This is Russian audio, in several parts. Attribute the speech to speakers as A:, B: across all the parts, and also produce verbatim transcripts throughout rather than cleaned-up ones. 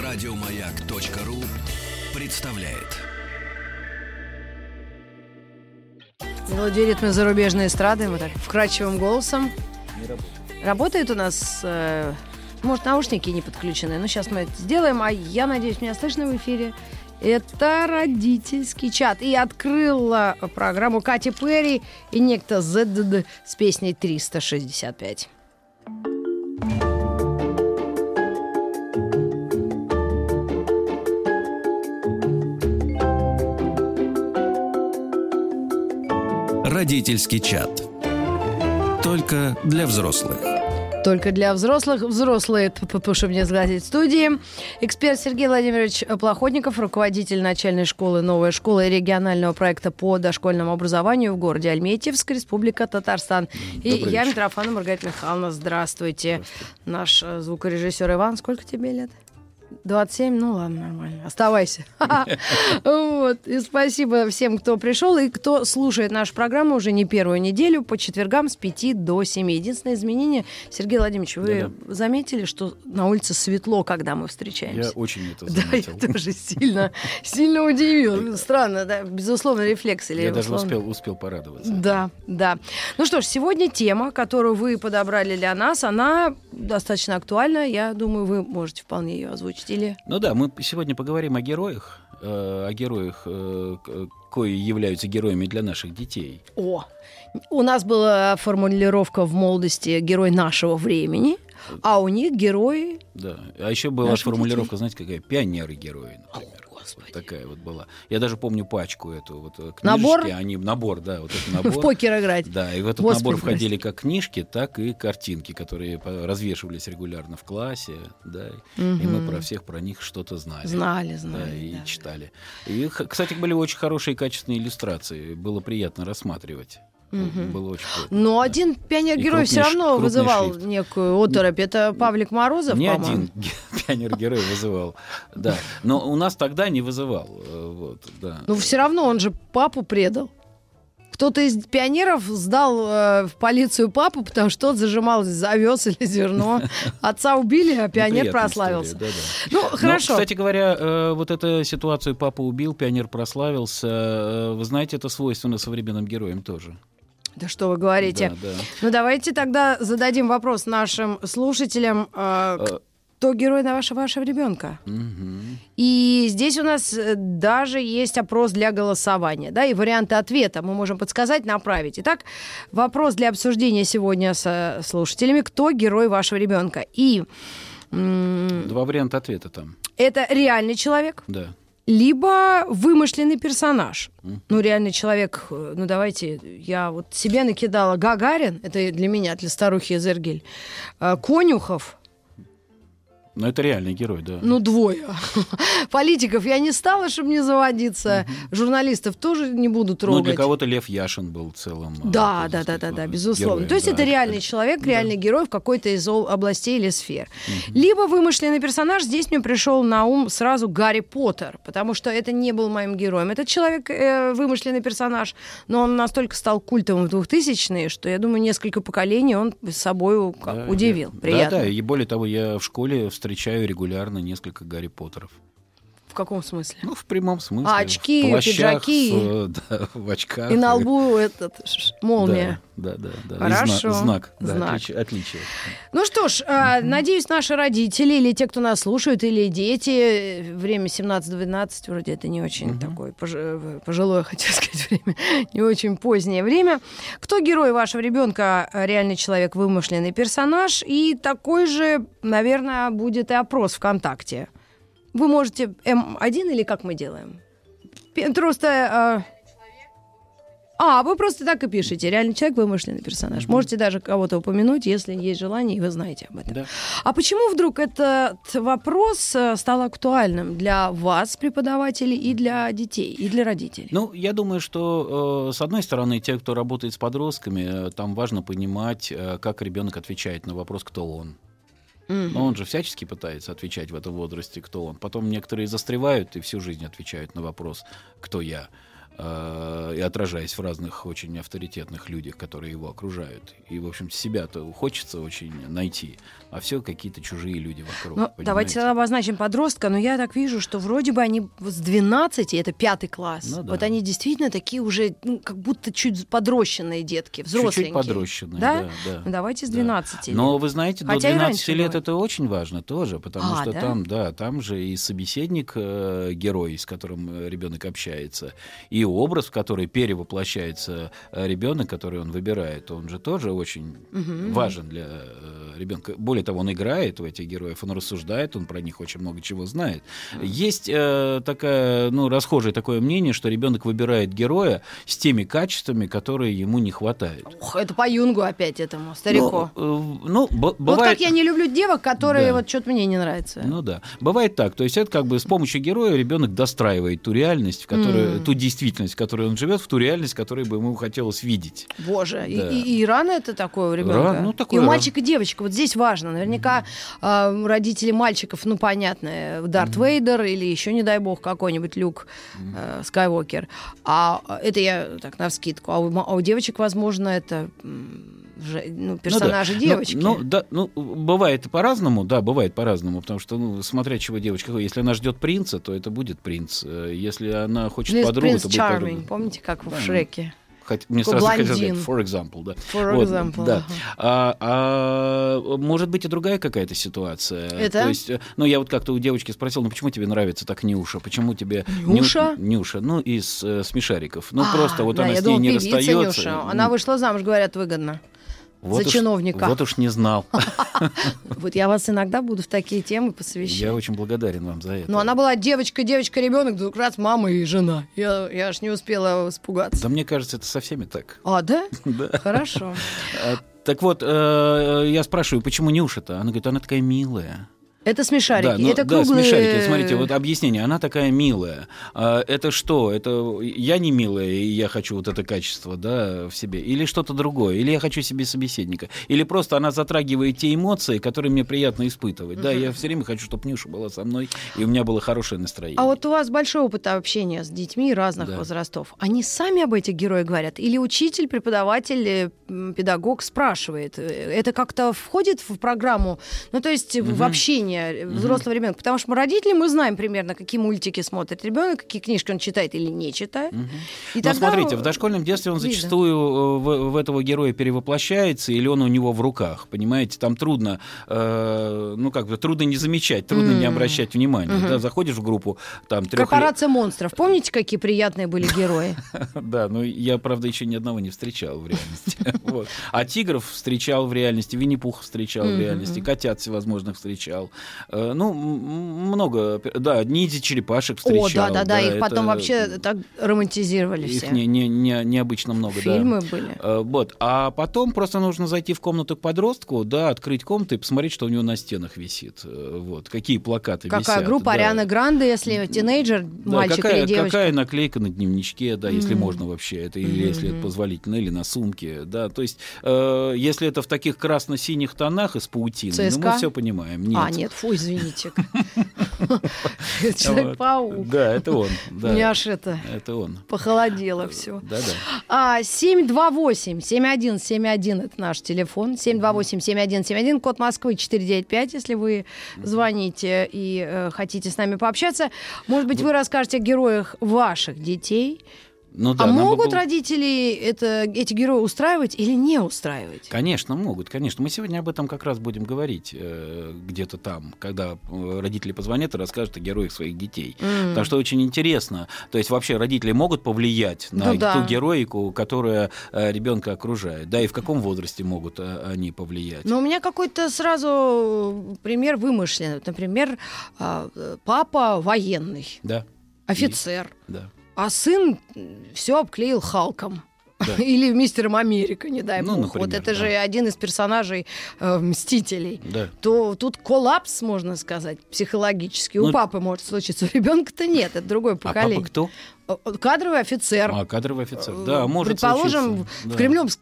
A: Радиомаяк.ру представляет.
B: Мелодии, ритмы зарубежной эстрады. Вот так вкрадчивым голосом.
C: Не работает.
B: Работает у нас... Э, может, наушники не подключены. Но сейчас мы это сделаем. А я надеюсь, меня слышно в эфире. Это родительский чат. И открыла программу Кати Перри и некто зэдд с песней триста шестьдесят пять.
A: Родительский чат. Только для взрослых.
B: Только для взрослых. Взрослые, чтобы не сглазить, в студии. Эксперт Сергей Владимирович Плохотников, руководитель начальной школы «Новая школа» и регионального проекта по дошкольному образованию в городе Альметьевск, Республика Татарстан. И
C: Добрый
B: я,
C: вечер.
B: Митрофана Маргарита Михайловна. Здравствуйте.
C: Здравствуйте.
B: Наш э, звукорежиссер Иван. Сколько тебе лет? двадцать семь? Ну ладно, нормально. Оставайся. Вот. И спасибо всем, кто пришел и кто слушает нашу программу уже не первую неделю по четвергам с пяти до семи. Единственное изменение, Сергей Владимирович, вы заметили, что на улице светло, когда мы встречаемся?
C: Я очень это
B: Да,
C: заметил.
B: я тоже сильно, сильно удивил. Странно, да? Безусловно, рефлекс. Или
C: Я даже
B: условно-
C: успел, успел порадоваться.
B: Да, да. Ну что ж, сегодня тема, которую вы подобрали для нас, она достаточно актуальна. Я думаю, вы можете вполне ее озвучить. Или...
C: Ну да, мы сегодня поговорим о героях, э, о героях, э, к- кои являются героями для наших детей.
B: О, у нас была формулировка в молодости «герой нашего времени», а у них герои...
C: Да. А еще была
B: Наших
C: формулировка, знаете, какая? Пионеры-герои, например.
B: Господи.
C: Вот такая вот была. Я даже помню пачку эту. Вот, книжечки,
B: Набор?
C: Они, набор, да, вот это
B: В
C: набор.
B: покер играть.
C: Да, и в этот
B: Господи,
C: набор входили как книжки, так и картинки, которые по- развешивались регулярно в классе, да, и мы про всех про них что-то знали.
B: Знали,
C: Да,
B: знали.
C: и
B: да.
C: читали. И, х- кстати, были очень хорошие качественные иллюстрации. Было приятно рассматривать. Было очень приятно.
B: Но
C: да.
B: один пионер-герой
C: И
B: все
C: крупный ш-
B: равно
C: крупный
B: вызывал
C: шрифт.
B: некую оторопь. Это Павлик Морозов,
C: Не
B: по-моему.
C: один ге- пионер-герой вызывал. Да. Но у нас тогда не вызывал. э, Вот, да.
B: Но все равно он же папу предал. Кто-то из пионеров сдал э, в полицию папу, потому что тот зажимал за овес или зерно. Отца убили, а пионер
C: Неприятная
B: прославился.
C: история, да-да.
B: Ну,
C: Но,
B: хорошо.
C: кстати говоря, э, вот эту ситуацию папа убил, пионер прославился. э, Вы знаете, это свойственно современным героям тоже.
B: Да что вы говорите?
C: Да, да.
B: Ну, давайте тогда зададим вопрос нашим слушателям. э,
C: Э,
B: Кто герой на ваше, вашего ребенка?
C: мгм.
B: И здесь у нас э, даже есть опрос для голосования, да, и варианты ответа мы можем подсказать, направить. Итак, вопрос для обсуждения сегодня с слушателями. Кто герой вашего ребенка? И м,
C: Два варианта ответа там.
B: это реальный человек,
C: Да.
B: либо вымышленный персонаж. Ну, реальный человек, э, ну, давайте, я вот себе накидала Гагарин, это для меня, для старухи Эзергиль, э, Конюхов,
C: Но это реальный герой, да.
B: ну, двое. Политиков я не стала, чтобы не заводиться. Журналистов тоже не буду
C: Ну,
B: трогать.
C: для кого-то Лев Яшин был в целом. э,
B: Да,
C: так
B: да, да,
C: сказать,
B: да, да,
C: вот,
B: безусловно.
C: героем,
B: То есть
C: да.
B: это реальный человек, реальный герой в какой-то из ол- областей или сфер. Либо вымышленный персонаж. Здесь мне пришел на ум сразу Гарри Поттер, потому что это не был моим героем. Этот человек э, вымышленный персонаж, но он настолько стал культовым в двухтысячные, что я думаю, несколько поколений он с собой как,
C: Да,
B: удивил.
C: я-
B: Приятно.
C: Да, да, и более того, я в школе встречаю регулярно несколько Гарри Поттеров.
B: В каком смысле?
C: Ну, в прямом смысле.
B: А, очки,
C: в плащах,
B: пиджаки.
C: В, э, да, в очках.
B: И на лбу этот ш- молния.
C: Да, да, да. да. И
B: Хорошо.
C: зна- знак. Да,
B: Знак.
C: отличие. отличие.
B: Ну что ж, э, надеюсь, наши родители или те, кто нас слушают, или дети, э, время семнадцать-двенадцать, вроде это не очень такое пож- э, пожилое, хочу сказать, время, не очень позднее время. Кто герой вашего ребенка, реальный человек, вымышленный персонаж? И такой же, наверное, будет и опрос ВКонтакте. Вы можете эм один или как мы делаем? Пе- Просто... э, А, вы просто так и пишете. Реальный человек, вымышленный персонаж. Можете даже кого-то упомянуть, если есть желание, и вы знаете об этом.
C: Да.
B: А почему вдруг этот вопрос э, стал актуальным для вас, преподавателей, и для детей, и для родителей?
C: Ну, я думаю, что, э, с одной стороны, те, кто работает с подростками, э, там важно понимать, э, как ребенок отвечает на вопрос, кто он. Но он же всячески пытается отвечать в этом возрасте, кто он. Потом некоторые застревают и всю жизнь отвечают на вопрос, кто я. э, и отражаясь в разных очень авторитетных людях, которые его окружают. И, в общем, себя-то хочется очень найти, а все какие-то чужие люди вокруг.
B: Ну, давайте тогда обозначим подростка, но я так вижу, что вроде бы они с двенадцати, это пятый класс,
C: ну, да.
B: вот они действительно такие уже, ну, как будто чуть подрощенные детки, взросленькие.
C: Чуть-чуть подрощенные,
B: да?
C: да. да
B: Ну, давайте с
C: да.
B: двенадцати.
C: Но вы знаете,
B: Хотя
C: до двенадцати лет
B: бывает.
C: это очень важно тоже, потому
B: а,
C: что
B: да?
C: там, да, там же и собеседник, э, герой, с которым ребенок общается, и образ, в который перевоплощается ребенок, который он выбирает, он же тоже очень
B: угу.
C: важен для э, ребенка. Более того, он играет в этих героев, он рассуждает, он про них очень много чего знает. Есть э, такая, ну, расхожее такое мнение, что ребенок выбирает героя с теми качествами, которые ему не хватает.
B: Ух, это по Юнгу опять этому старику.
C: Ну, э, ну б- бывает...
B: Вот как я не люблю девок, которые
C: Да.
B: вот что-то мне не нравится.
C: Ну да. Бывает так. То есть это как бы с помощью героя ребенок достраивает ту реальность, в которой,
B: Mm.
C: ту действительность, в которой он живет, в ту реальность, которую бы ему хотелось видеть.
B: Боже,
C: Да.
B: и, и, и рано это такое у ребенка.
C: Рано, ну, такое
B: и у
C: рано.
B: мальчика и девочка. Вот здесь важно. Наверняка э, родители мальчиков, ну понятно, Дарт
C: Mm-hmm.
B: Вейдер или еще, не дай бог, какой-нибудь Люк э, Скайуокер. А это я так навскидку. А у, ма- а у девочек, возможно, это м, же, ну, персонажи
C: ну, да.
B: девочки.
C: Ну, ну, да, ну, бывает по-разному, да, бывает по-разному, потому что, ну, смотря чего девочка, если она ждет принца, то это будет принц. Если она хочет
B: Или
C: подругу,
B: принц
C: то будет
B: Чарминг,
C: подруга.
B: помните, как
C: Да,
B: в Шреке?
C: Хоть, мне
B: Такой
C: сразу хотелось
B: блондин.
C: сказать, for example, да.
B: For
C: Вот,
B: example,
C: да.
B: ага.
C: А, а может быть и другая какая-то ситуация.
B: Это?
C: То есть, ну, я вот как-то у девочки спросил, ну, почему тебе нравится так Нюша? Почему тебе...
B: Нюша?
C: Ню- Нюша, ну, из э, «Смешариков». Ну,
B: А,
C: просто вот
B: да,
C: она
B: я
C: с ней
B: думала,
C: не
B: певица
C: расстается.
B: Нюша. Она вышла замуж, говорят, выгодно.
C: Вот
B: за
C: уж,
B: чиновника.
C: Вот уж не знал.
B: Вот я вас иногда буду в такие темы посвящать.
C: Я очень благодарен вам за это.
B: Но она была девочка, девочка, ребенок, вдруг раз мама и жена. Я, я аж не успела испугаться.
C: Да мне кажется, это со всеми так.
B: А, да?
C: Да.
B: Хорошо.
C: А, Так вот, э, я спрашиваю, почему Нюша-то? Она говорит, она такая милая.
B: Это смешарики.
C: Да, ну,
B: это
C: да,
B: круглые...
C: смешарики. Смотрите, вот объяснение. Она такая милая. А, это что? Это я не милая, и я хочу вот это качество, да, в себе? Или что-то другое? Или я хочу себе собеседника? Или просто она затрагивает те эмоции, которые мне приятно испытывать? Да, я все время хочу, чтобы Нюша была со мной, и у меня было хорошее настроение.
B: А вот у вас большой опыт общения с детьми разных
C: Да.
B: возрастов. Они сами об этих героях говорят? Или учитель, преподаватель, э, м, педагог спрашивает? Это как-то входит в программу? Ну, то есть в общение взрослого ребенка? Потому что мы родители, мы знаем примерно, какие мультики смотрит ребенок, какие книжки он читает или не читает.
C: Мгм.
B: И
C: Ну,
B: тогда
C: смотрите, в дошкольном детстве он
B: видно.
C: зачастую в, в этого героя перевоплощается, или он у него в руках, понимаете? Там трудно, э, ну как бы, трудно не замечать, трудно не
B: М.
C: обращать внимания.
B: Мгм.
C: Да, заходишь в группу, там, трех
B: Корпорация монстров. Помните, какие приятные были герои?
C: Да, ну я, правда, еще ни одного не встречал в реальности. Вот. А тигров встречал в реальности, Винни-Пуха встречал в
B: Мгм.
C: реальности, котят всевозможных встречал. Э, Ну, м- много, да, ниндзя-черепашек встречал.
B: О, да-да-да, их
C: это-
B: потом вообще так романтизировали
C: Их
B: все.
C: не, не, не- необычно много, да.
B: Фильмы были.
C: Э, Вот. А потом просто нужно зайти в комнату к подростку, да, открыть комнату и посмотреть, что у него на стенах висит. Э, Вот. Какие плакаты
B: Какая
C: висят.
B: группа
C: да.
B: Арианы Гранде, если тинейджер,
C: Да,
B: мальчик
C: какая,
B: или девочка?
C: какая наклейка на дневничке, да, если
B: Мгм.
C: можно вообще, это, или
B: Мгм,
C: если это
B: мгм.
C: позволительно, или на сумке, да, то есть, э, если это в таких красно-синих тонах из паутины, ну,
B: ЦСКА?
C: мы все понимаем. Нет.
B: А, нет, фу, извините. Человек-паук.
C: Да, это он. Да,
B: Мне аж это
C: это он.
B: похолодело все.
C: Да-да.
B: А, семь два восемь семь один семь один это наш телефон. семь два восемь семь один семь один, код Москвы четыре девять пять, если вы звоните и э, хотите с нами пообщаться. Может быть, вы расскажете о героях ваших детей.
C: Ну, да,
B: А
C: нам бы
B: могут
C: было-
B: родители это, эти герои устраивать или не устраивать?
C: Конечно, могут, конечно. Мы сегодня об этом как раз будем говорить э, где-то там, когда э, родители позвонят и расскажут о героях своих детей.
B: М.
C: Потому что очень интересно. То есть вообще родители могут повлиять на
B: Ну да.
C: ту героику, которая э, ребенка окружает. Да, и в каком возрасте могут э, они повлиять.
B: Но у меня какой-то сразу пример вымышленный. Например, а, папа военный,
C: Да,
B: офицер,
C: да.
B: а сын все обклеил Халком.
C: Да.
B: Или Мистером Америка, не дай
C: Ну,
B: бог.
C: например,
B: вот это
C: да.
B: же один из персонажей э, «Мстителей».
C: Да.
B: То тут коллапс, можно сказать, психологический.
C: Ну,
B: у папы может случиться, у ребенка-то нет, это другое
C: А
B: поколение.
C: папа кто?
B: Э, Кадровый офицер.
C: А, кадровый офицер.
B: Э,
C: Да, может
B: Предположим,
C: случиться.
B: в
C: Да.
B: кремлевском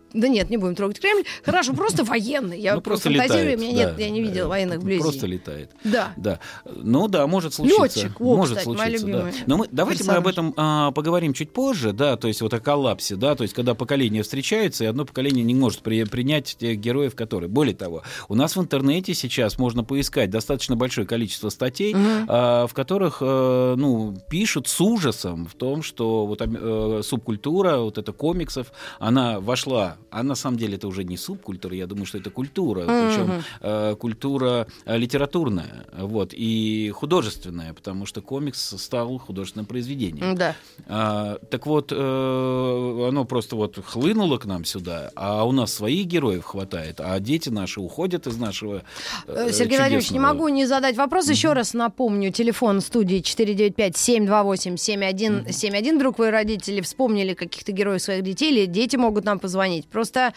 B: Да нет, не будем трогать Кремль. Хорошо, просто военный. Я
C: ну, просто
B: фантазирую,
C: летает,
B: у меня нет,
C: да.
B: я не видела военных вблизи.
C: Просто летает.
B: Да.
C: Да. Ну да, может случиться.
B: Лётчик, о,
C: может
B: кстати,
C: случиться,
B: моя
C: да. Но мы, давайте мы об этом а, поговорим чуть позже, да, то есть вот о коллапсе, да, то есть когда поколения встречаются, и одно поколение не может при, принять тех героев, которые... Более того, у нас в интернете сейчас можно поискать достаточно большое количество статей, угу. а, в которых, а, ну, пишут с ужасом в том, что вот а, субкультура, вот эта комиксов, она вошла, а на самом деле это уже не субкультура, я думаю, что это культура, mm-hmm. причем э, культура э, литературная, вот, и художественная, потому что комикс стал художественным произведением.
B: Да.
C: А, так вот, э, оно просто вот хлынуло к нам сюда, а у нас своих героев хватает, а дети наши уходят из нашего э,
B: Сергей Владимирович, не могу не задать вопрос. Mm-hmm. Еще раз напомню, телефон студии четыре девять пять семь два восемь семь один семь один. Вдруг вы, родители, вспомнили каких-то героев своих детей, или дети могут нам позвонить. Просто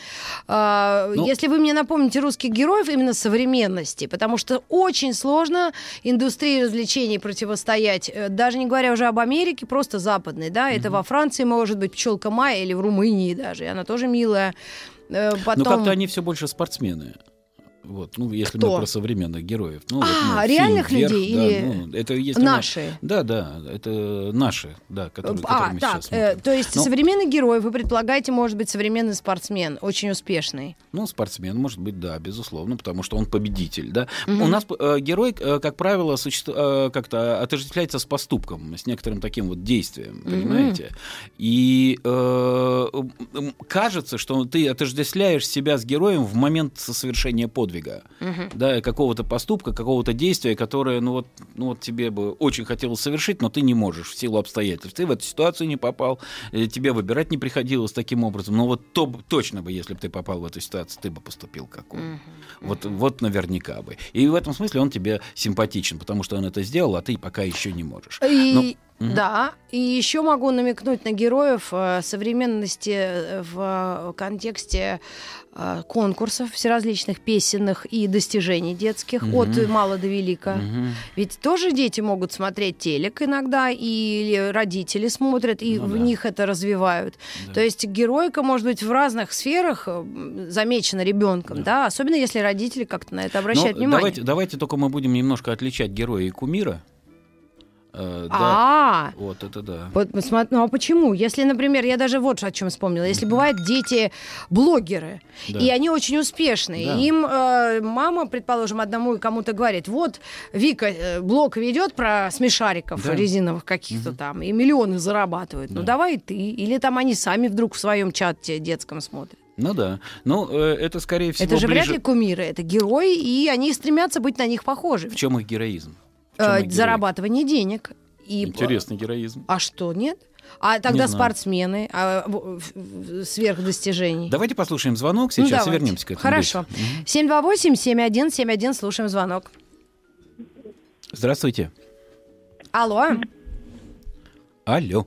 B: э, ну, если вы мне напомните русских героев именно современности, потому что очень сложно индустрии развлечений противостоять, даже не говоря уже об Америке, просто западной, да, mm-hmm. это во Франции может быть «Пчелка Майя» или в Румынии даже, и она тоже милая. Э, потом...
C: Но как-то они все больше спортсмены. Вот, ну, если
B: Кто?
C: мы про современных героев. Ну,
B: а,
C: вот, ну,
B: реальных
C: фильм
B: людей
C: «Вверх»,
B: или
C: да, ну, это если
B: наши?
C: Мы... Да, да, это наши, да, которые,
B: а,
C: которые мы
B: так,
C: сейчас смотрим.
B: Э, то есть
C: Но...
B: современный герой, вы предполагаете, может быть современный спортсмен, очень успешный?
C: Ну, спортсмен, может быть, да, безусловно, потому что он победитель, да.
B: Угу.
C: У нас э, герой, э, как правило, суще... э, как-то отождествляется с поступком, с некоторым таким вот действием, угу. понимаете? И э, кажется, что ты отождествляешь себя с героем в момент совершения подвига. Угу. Да, какого-то поступка, какого-то действия, которое, ну вот, ну вот тебе бы очень хотелось совершить, но ты не можешь в силу обстоятельств. Ты в эту ситуацию не попал, тебе выбирать не приходилось таким образом. Но вот то, точно бы, если бы ты попал в эту ситуацию, ты бы поступил как он. Uh-huh. Вот, вот наверняка бы. И в этом смысле он тебе симпатичен, потому что он это сделал, а ты пока еще не можешь.
B: И...
C: Но...
B: Да, и еще могу намекнуть на героев э, современности в контексте э, конкурсов всеразличных песенных и достижений детских, mm-hmm. от мала до велика. Mm-hmm. Ведь тоже дети могут смотреть телек иногда, или родители смотрят, и ну, в да. них это развивают. Да. То есть героика может быть в разных сферах замечена ребенком, да. да, особенно если родители как-то на это обращают
C: Но
B: внимание.
C: Давайте, давайте только мы будем немножко отличать героя и кумира. Uh, да.
B: А,
C: вот это да.
B: Ну а почему? Если, например, я даже вот о чем вспомнила. Если бывают дети-блогеры, да. и они очень успешные, да. им э, мама, предположим, одному кому-то говорит: вот Вика э, блог ведет про смешариков да. резиновых каких-то угу. там, и миллионы зарабатывают. Да. Ну давай и ты. Или там они сами вдруг в своем чате детском смотрят.
C: Ну да. Ну, э, это скорее всего.
B: Это же
C: ближе...
B: вряд ли кумиры, это герои, и они стремятся быть на них похожими.
C: В чем их героизм?
B: Зарабатывание денег. И...
C: Интересный героизм.
B: А что, нет? А тогда спортсмены, а, сверхдостижений.
C: Давайте послушаем звонок сейчас ну, и вернемся к этому.
B: Хорошо. семь два восемь семь один семь один, слушаем звонок.
C: Здравствуйте.
B: Алло.
C: Алло.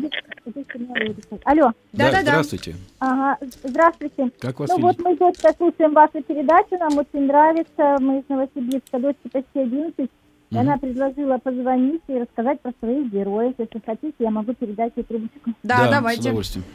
D: Алло.
C: Да,
B: Да-да-да.
C: Здравствуйте.
D: Ага, здравствуйте.
C: Как вас
D: Ну
C: видеть?
D: вот мы дочка слушаем вашу передачу, нам очень нравится. Мы из Новосибирска, дочке почти одиннадцать. И она предложила позвонить и рассказать про своих героев. Если хотите, я могу передать ей трубочку.
B: Да,
C: да,
B: давайте.
C: С удовольствием.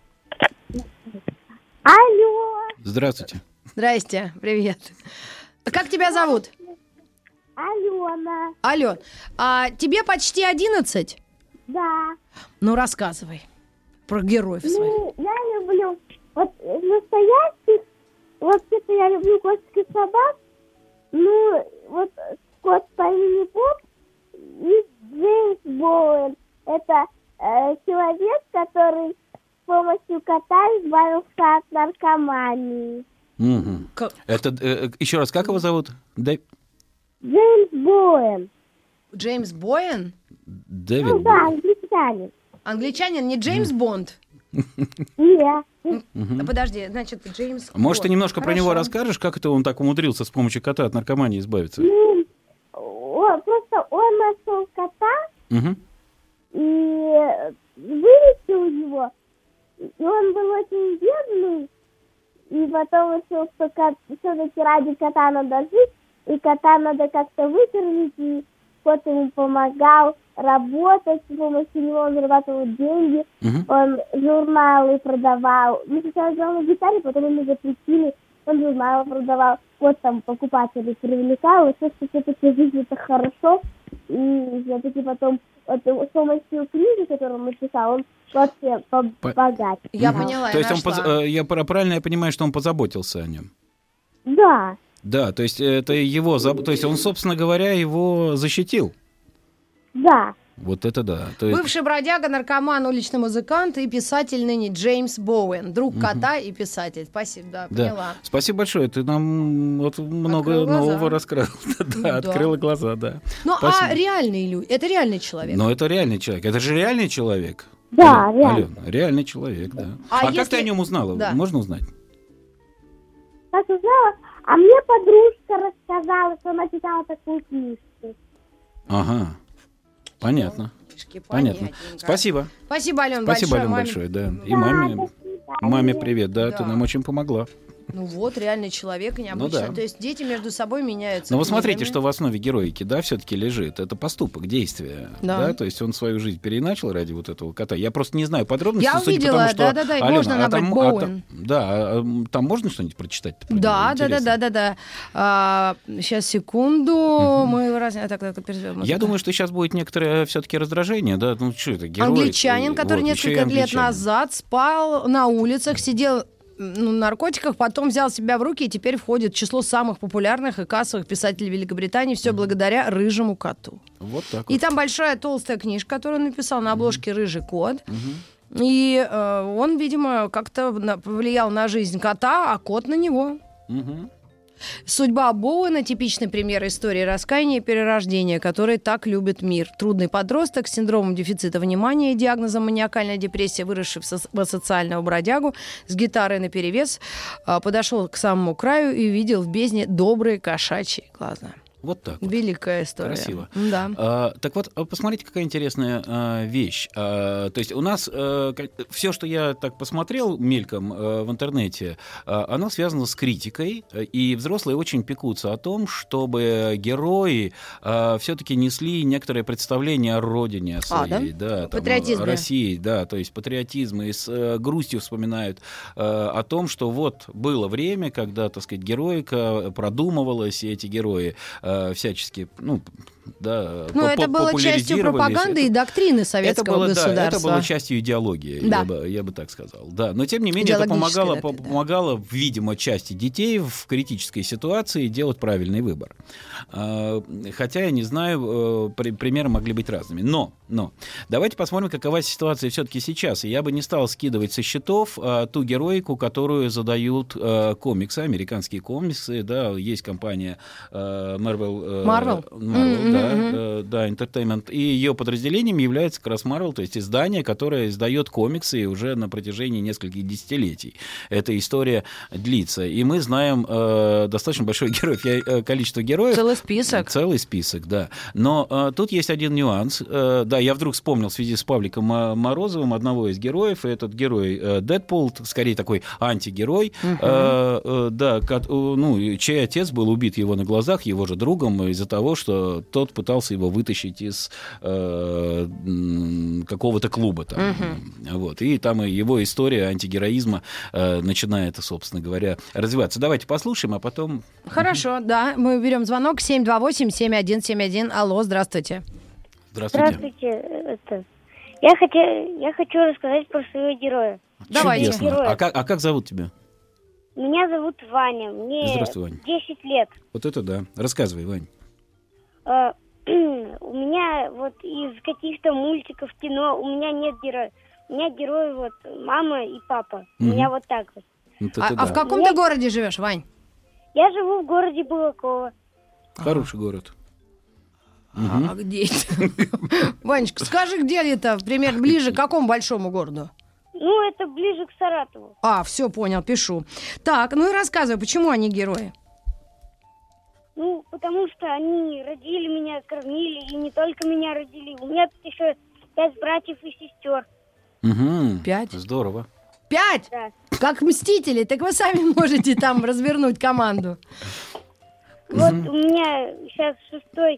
D: Алло.
C: Здравствуйте.
B: Здрасте, привет. Как тебя зовут?
D: Алена.
B: Ален, а тебе почти одиннадцать?
D: Да.
B: Ну, рассказывай про героев
D: ну,
B: своих.
D: Я люблю вот настоящих. Вообще-то я люблю кошек и собак. Ну, вот кот по имени Боб и Джеймс Боуэн. Это э, человек, который с помощью кота избавился от наркомании.
C: Угу. Как? Это, э, еще раз, как его зовут? Дэв...
D: Джеймс Боуэн.
B: Джеймс Боуэн?
C: Дэвид
D: Ну да, англичанин.
B: Англичанин, не Джеймс Бонд?
D: Нет.
B: А подожди, значит, Джеймс
C: Может, ты немножко
B: Хорошо.
C: про него расскажешь, как это он так умудрился с помощью кота от наркомании избавиться?
D: Ну, просто он нашел кота
C: угу.
D: и вылечил его. И он был очень бедный. И потом решил, что кот, все-таки ради кота надо жить, и кота надо как-то выкормить, и с кот ему помогал работать, с помощью него он зарабатывал деньги,
C: Мгм.
D: он журналы продавал. Мы сначала играл на гитаре, потом ему запретили, он журналы продавал, кот там покупателей привлекал, и все, что все-таки жизнь это хорошо, и все-таки потом вот, с помощью книги, которую он написал, он вообще побогаче.
B: Я
C: Мгм.
B: поняла,
C: То
B: я
C: есть он,
B: нашла.
C: поз- э, я пра- правильно я понимаю, что он позаботился о нем?
D: Да,
C: Да, то есть это его, заб- то есть он, собственно говоря, его защитил.
D: да.
C: Вот это да. То есть-
B: Бывший бродяга, наркоман, уличный музыкант и писатель ныне Джеймс Боуэн. Друг кота и писатель. Спасибо, да,
C: Да.
B: поняла.
C: Спасибо большое. Ты нам вот много
B: Открыл глаза.
C: нового рассказал. Да,
B: Да.
C: открыла глаза, да.
B: Ну, а
C: Спасибо.
B: реальные люди, это реальный человек.
C: Но это реальный человек. Это же реальный человек.
D: Да,
C: Ален,
D: реально.
C: Алена, реальный человек, да.
B: А
C: А, как
B: если-
C: ты о нем узнала?
B: Да.
C: Можно узнать?
D: Как узнала, а мне подружка рассказала, что она читала такую книжку.
C: Ага. Понятно.
B: Книжки,
C: Понятно.
B: понятненько.
C: Спасибо.
B: Спасибо, Ален,
C: Спасибо,
B: большое.
C: Ален,
B: Маме-
C: большое, да. И
D: Да,
C: маме,
D: до свидания.
C: маме привет, да, ты
B: Да.
C: нам очень помогла.
B: Ну вот, реальный человек, и необычно.
C: Ну да.
B: То есть дети между собой меняются.
C: Но вы смотрите,
B: книгами.
C: что в основе героики, да, все-таки лежит. Это поступок, действие.
B: Да.
C: Да. То есть он свою жизнь переначал ради вот этого кота. Я просто не знаю подробностей.
B: Я
C: судя по
B: увидела,
C: тому, что...
B: да-да-да, и можно
C: а
B: набрать
C: там- а
B: Боуэн.
C: там- Да, а, м, там можно что-нибудь прочитать? про него?
B: Да, да, да,
C: Интересно.
B: да, да, да. А, сейчас, секунду. Мы раз... так, так, перейдем.
C: Я думаю, что сейчас будет некоторое все-таки раздражение, да, ну что это, герой.
B: Англичанин,
C: э,
B: который
C: вот, еще и
B: несколько лет
C: англичанин.
B: назад спал на улицах, сидел ну, на наркотиках, потом взял себя в руки и теперь входит в число самых популярных и кассовых писателей Великобритании. Все благодаря рыжему коту.
C: Вот так
B: И
C: вот.
B: там большая толстая книжка, которую он написал на обложке «Рыжий кот». И э, он, видимо, как-то на- повлиял на жизнь кота, а кот на него.
C: Мгм.
B: Судьба Боуэна — типичный пример истории раскаяния и перерождения, который так любит мир. Трудный подросток с синдромом дефицита внимания и диагнозом маниакальная депрессия, выросший в, со- в асоциального бродягу, с гитарой наперевес, а, подошел к самому краю и увидел в бездне добрые кошачьи глаза.
C: Вот так вот.
B: Великая история.
C: Красиво.
B: Да.
C: А, так вот, а, посмотрите, какая интересная а, вещь. А, то есть у нас все, что я так посмотрел мельком а, в интернете, а, оно связано с критикой, и взрослые очень пекутся о том, чтобы герои все-таки несли некоторое представление о родине, о
B: А,
C: своей,
B: да?
C: да, там,
B: Патриотизме.
C: о России, да, то есть патриотизм, и с э, грустью вспоминают э, о том, что вот было время, когда, так сказать, героика продумывалась, и эти герои э, всячески, ну, да,
B: Ну,
C: по-
B: это было частью
C: популяризировались.
B: пропаганды и
C: Это-
B: доктрины
C: это
B: советского
C: было, да,
B: государства.
C: это было частью идеологии,
B: Да.
C: я, бы, я бы так сказал. Да. Но, тем не менее, это
B: Идеологической
C: помогало,
B: такой, да.
C: помогало, видимо, части детей в критической ситуации делать правильный выбор. А, Хотя, я не знаю, э, при- примеры могли быть разными. Но, но, давайте посмотрим, какова ситуация все-таки сейчас. И я бы не стал скидывать со счетов а, ту героику, которую задают а, комиксы, американские комиксы. Да, есть компания а, Marvel, э,
B: Marvel?
C: Marvel,
B: Мгм,
C: да,
B: мгм.
C: э, да, Entertainment. И ее подразделением является как раз Marvel, то есть издание, которое издает комиксы уже на протяжении нескольких десятилетий. Эта история длится. И мы знаем э, достаточно большое героев, я, э, количество героев.
B: Целый список.
C: Целый список, да. Но э, тут есть один нюанс. Э, да, я вдруг вспомнил в связи с Павликом Мо- Морозовым одного из героев. И этот герой э, Дэдпул, скорее такой антигерой, э, э, да, ко- э, ну, и чей отец был убит его на глазах, его же другом, из-за того, что тот пытался его вытащить из э, м, какого-то клуба. Там. Вот. И там и его история антигероизма э, начинает, собственно говоря, развиваться. Давайте послушаем, а потом...
B: Хорошо, да. Мы берем звонок семь два восемь семь один семь один. Алло, здравствуйте.
C: Здравствуйте.
D: Здравствуйте. Это... Я, хотя... я хочу рассказать про своего героя.
B: Давайте.
C: Чудесно.
D: Героя.
C: А как, а как зовут тебя?
D: Меня зовут Ваня. Мне
C: Здравствуй, Ваня.
D: десять лет.
C: Вот это да. Рассказывай, Вань.
D: Э, У меня вот из каких-то мультиков, кино, у меня нет героя. У меня герои вот мама и папа. У
C: Мгм.
D: меня вот так вот.
C: Вот
B: А,
C: это
B: а
C: да.
B: в каком ты городе живешь, Вань?
D: Я живу в городе Балаково.
C: Хороший город.
B: А где это? Ванечка, скажи, где это? Примерно ближе к какому большому городу?
D: Ну, это ближе к Саратову.
B: А, все, понял, пишу. Так, ну и рассказывай, почему они герои?
D: Ну, потому что они родили меня, кормили, и не только меня родили. У меня тут еще пять братьев и сестер.
C: Угу.
B: Пять?
C: Здорово.
B: Пять?
D: Да.
B: Как Мстители, так вы сами можете там развернуть команду.
D: Вот у меня сейчас шестой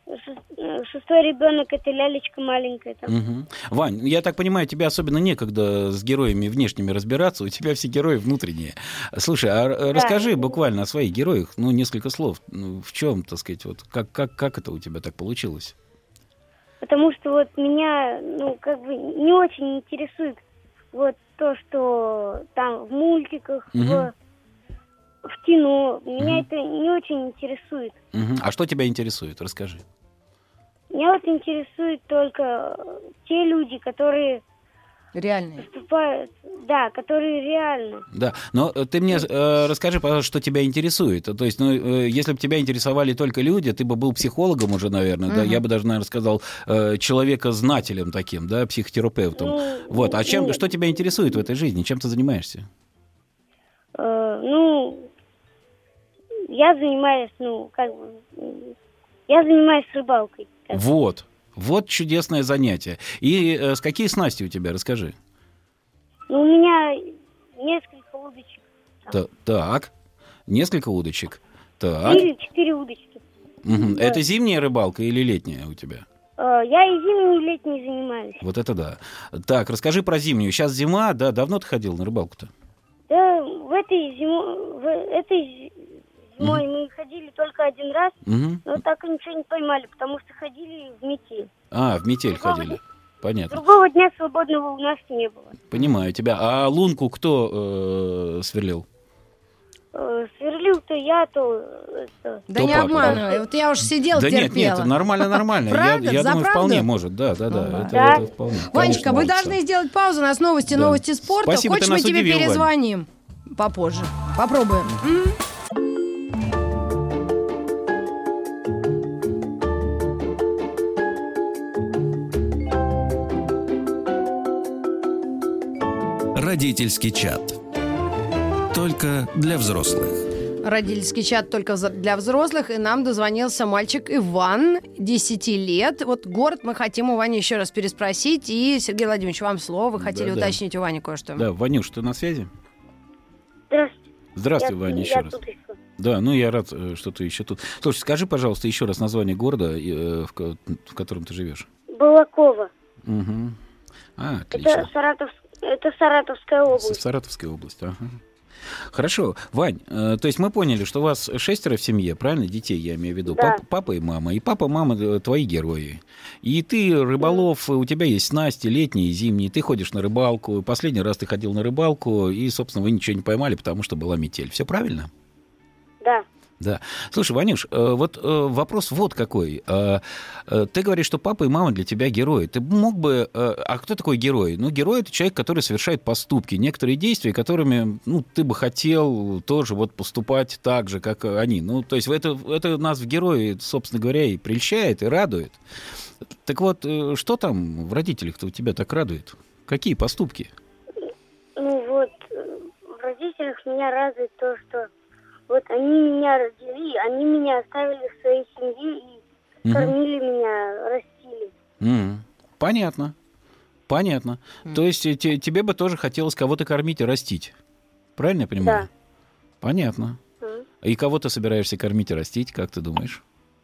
D: шестой ребенок, это лялечка маленькая там.
C: Угу. Вань, я так понимаю, тебе особенно некогда с героями внешними разбираться, у тебя все герои внутренние. Слушай, а да. расскажи буквально о своих героях, ну, несколько слов. Ну, в чем, так сказать, вот как, как, как это у тебя так получилось?
D: Потому что вот меня, ну, как бы не очень интересует вот то, что там в мультиках, угу. в, в кино. Меня угу. это не очень интересует.
C: Угу. А что тебя интересует? Расскажи.
D: Меня вот интересуют только те люди, которые...
B: Реальные.
D: Поступают, да, которые реально.
C: Да, но ты мне э, расскажи, пожалуйста, что тебя интересует. То есть, ну, э, если бы тебя интересовали только люди, ты бы был психологом уже, наверное, угу. да, я бы даже, наверное, сказал, э, человека-знателем таким, да, психотерапевтом. Ну, вот, а чем, ну, что тебя интересует в этой жизни? Чем ты занимаешься?
D: Э, ну, я занимаюсь, ну, как бы, я занимаюсь рыбалкой.
C: Вот. Вот чудесное занятие. И э, с какие снасти у тебя? Расскажи.
D: Ну, у меня несколько удочек.
C: Та- так, несколько удочек. Так.
D: Или четыре удочки.
C: Угу. Да. Это зимняя рыбалка или летняя у тебя?
D: Э, я и зимней, и летней занимаюсь.
C: Вот это да. Так, расскажи про зимнюю. Сейчас зима, да? Давно ты ходил на рыбалку-то?
D: Да, в этой зимой... В этой... Зимой угу. мы ходили только один раз, угу. но так и ничего не поймали, потому что ходили в метель.
C: А, в метель другого ходили.
D: Дня,
C: понятно.
D: Другого дня свободного у нас не было.
C: Понимаю тебя. А лунку кто э, сверлил?
D: Э, сверлил то я, то...
B: то да не
C: папа,
B: обманывай.
C: Да?
B: Вот я уж сидела,
C: да
B: терпела.
C: Да нет, нет, нормально, нормально.
B: Правда?
C: Я, я думаю,
B: правду?
C: вполне может. Да, да, да.
B: Ну,
C: это,
D: да.
C: это вполне.
B: Ванечка, вы
C: Конечно,
B: должны сделать паузу. У нас новости, да. новости спорта.
C: Спасибо,
B: Хочешь, мы тебе
C: удивил,
B: перезвоним Вань. Попозже. Попробуем. М-м.
A: Родительский чат. Только для взрослых.
B: Родительский чат только для взрослых. И нам дозвонился мальчик Иван, десяти лет. Вот город мы хотим у Вани еще раз переспросить. И, Сергей Владимирович, вам слово. Вы хотели да, уточнить да. у Вани кое-что.
C: Да, Ванюш, ты на связи?
D: Здравствуйте.
C: Здравствуй,
D: я,
C: Ваня, еще
D: я
C: раз.
D: Тут еще.
C: Да, ну я рад, что ты еще тут. Слушай, скажи, пожалуйста, еще раз название города, в котором ты живешь.
D: Балаково.
C: Угу. А, отлично.
D: Это Саратовск. Это Саратовская область.
C: Саратовская область, ага. Хорошо. Вань, э, то есть мы поняли, что у вас шестеро в семье, правильно? Детей, я имею в виду.
D: Да.
C: Пап, папа и мама. И папа, мама твои герои. И ты рыболов, у тебя есть снасти, летние и зимние. Ты ходишь на рыбалку. Последний раз ты ходил на рыбалку, и, собственно, вы ничего не поймали, потому что была метель. Все правильно?
D: Да.
C: Да. Слушай, Ванюш, вот вопрос вот какой. Ты говоришь, что папа и мама для тебя герои. Ты мог бы... А кто такой герой? Ну, герой — это человек, который совершает поступки, некоторые действия, которыми, ну, ты бы хотел тоже вот поступать так же, как они. Ну, то есть это, это нас в герои, собственно говоря, и прельщает, и радует. Так вот, что там в родителях-то у тебя так радует? Какие поступки?
D: Ну, вот в родителях меня радует то, что вот они меня родили, они меня оставили в своей семье и угу. кормили меня, растили.
C: Mm. Понятно. Понятно. Mm. То есть те, тебе бы тоже хотелось кого-то кормить и растить. Правильно я понимаю?
D: Да.
C: Понятно. Mm. И кого ты собираешься кормить и растить, как ты думаешь?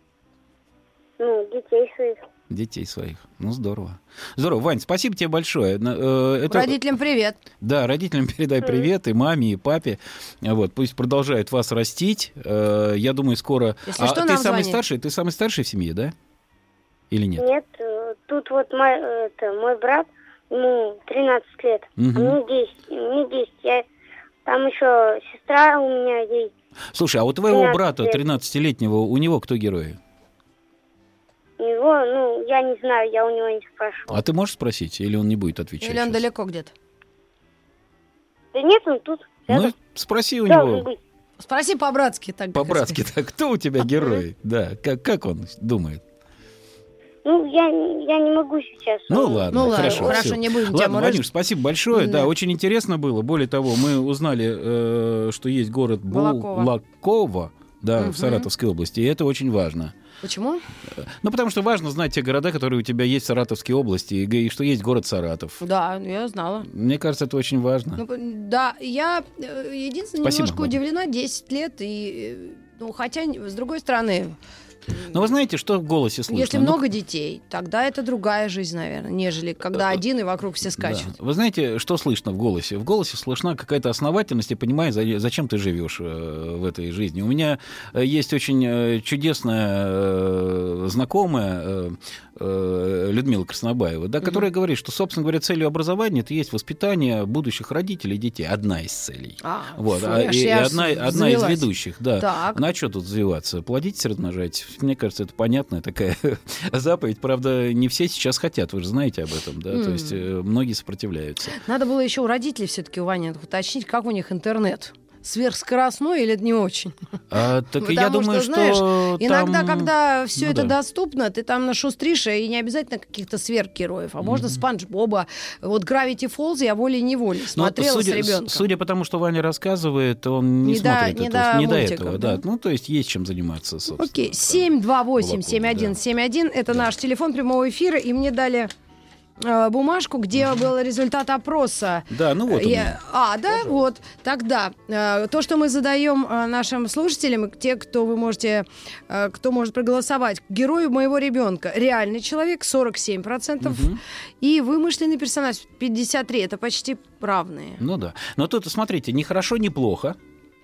D: Ну, детей своих.
C: Детей своих. Ну, здорово. Здорово. Вань, спасибо тебе большое. Это...
B: Родителям привет.
C: Да, родителям передай привет, и маме, и папе. Вот, пусть продолжают вас растить. Я думаю, скоро...
B: Если
C: а
B: что,
C: ты
B: нам
C: самый
B: звони.
C: старший? Ты самый старший в семье, да? Или нет?
D: Нет, тут вот мой, это, мой брат, ему тринадцать лет, угу. а мне десять. Мне десять. Я... Там еще сестра у меня есть.
C: Слушай, а у твоего брата, тринадцатилетнего, у него кто герой?
D: Его, ну, я не знаю, я у него не спрашивала.
C: А ты можешь спросить, или он не будет отвечать?
B: Или он
C: сейчас?
B: далеко где-то?
D: Да нет, он тут. Рядом.
C: Ну, спроси у
D: Должен
C: него.
D: быть.
B: Спроси по-братски. Так
C: По-братски так. Кто у тебя герой? Да, как, как он думает?
D: Ну, я, я не могу сейчас.
C: Ну, ладно,
B: ну,
C: хорошо.
B: Хорошо,
C: все.
B: не будем
C: Ладно,
B: тему
C: Ванюш,
B: раз...
C: спасибо большое. Да.
B: Да.
C: да, очень интересно было. Более того, мы узнали, э, что есть город
B: Балаково.
C: Булаково, да,
B: угу.
C: в Саратовской области, и это очень важно.
B: Почему?
C: Ну, потому что важно знать те города, которые у тебя есть в Саратовской области, и, и что есть город Саратов.
B: Да, я знала.
C: Мне кажется, это очень важно.
B: Ну, да, я единственное
C: Спасибо,
B: немножко
C: Владимир.
B: удивлена, десять лет, и, ну, хотя, с другой стороны,
C: Но вы знаете, что в голосе слышно?
B: Если
C: Ну,
B: много детей, тогда это другая жизнь, наверное, нежели когда один и вокруг все скачут.
C: Да. Вы знаете, что слышно в голосе? В голосе слышна какая-то основательность и понимаешь, за- зачем ты живешь э, в этой жизни. У меня э, есть очень э, чудесная э, знакомая э, э, Людмила Краснобаева, да, которая говорит, что, собственно говоря, целью образования это есть воспитание будущих родителей и детей. Одна из целей.
B: А,
C: Вот,
B: фу,
C: а,
B: аж
C: и, и
B: я
C: одна, одна из
B: взвелась.
C: ведущих, да.
B: Так.
C: Ну а что тут взвиваться? Плодитесь, размножайтесь. Мне кажется, это понятная такая заповедь. Правда, не все сейчас хотят, вы же знаете об этом, да. То есть э, многие сопротивляются.
B: Надо было еще у родителей все-таки, у Вани, уточнить, как у них интернет. Сверхскоростной или это не очень?
C: А, так
B: Потому
C: я думаю,
B: что, знаешь,
C: что
B: иногда,
C: там-
B: когда все
C: Ну
B: это
C: да.
B: доступно, ты там нашустришь, и не обязательно каких-то сверхгероев, а можно Спанч Боба. Вот Gravity Falls я волей-неволей
C: Ну,
B: смотрела
C: судя,
B: с ребенком.
C: судя по тому, что Ваня рассказывает, он не,
B: Не до-
C: смотрит
B: не
C: этого,
B: до
C: не до
B: мультиков,
C: этого.
B: да?
C: Да. Ну, то есть есть чем заниматься, собственно.
B: Окей,
C: там.
B: семь два восемь семь один
C: да.
B: семь один это наш телефон прямого эфира, и мне дали э, бумажку, где был результат опроса.
C: Да, ну вот он.
B: Я- А, да, вот. Тогда э, то, что мы задаем э, нашим слушателям, и те, кто вы можете, э, кто может проголосовать, герою моего ребенка реальный человек сорок семь процентов и вымышленный персонаж пятьдесят три. Это почти равные.
C: Ну да. Но тут, смотрите, ни хорошо, ни плохо.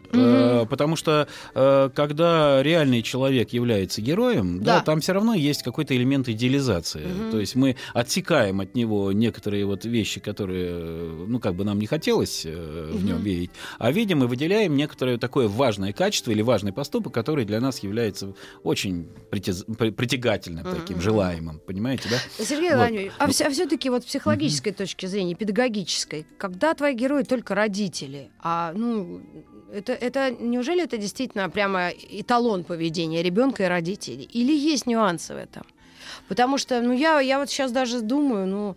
C: Э, Потому что э, когда реальный человек является героем, да,
B: Да.
C: там все равно есть какой-то элемент идеализации. То есть мы отсекаем от него некоторые вот вещи, которые, э, ну, как бы нам не хотелось э, в нем видеть, а видим и выделяем некоторое такое важное качество или важный поступок, который для нас является очень притяз- при- притягательным, таким желаемым. Понимаете, да?
B: Сергей
C: Вот.
B: Владимирович, а, все, все-таки вот с психологической точки зрения, педагогической, когда твои герои только родители, а ну это, это неужели это действительно прямо эталон поведения ребенка и родителей? Или есть нюансы в этом? Потому что, ну я, я вот сейчас даже думаю, ну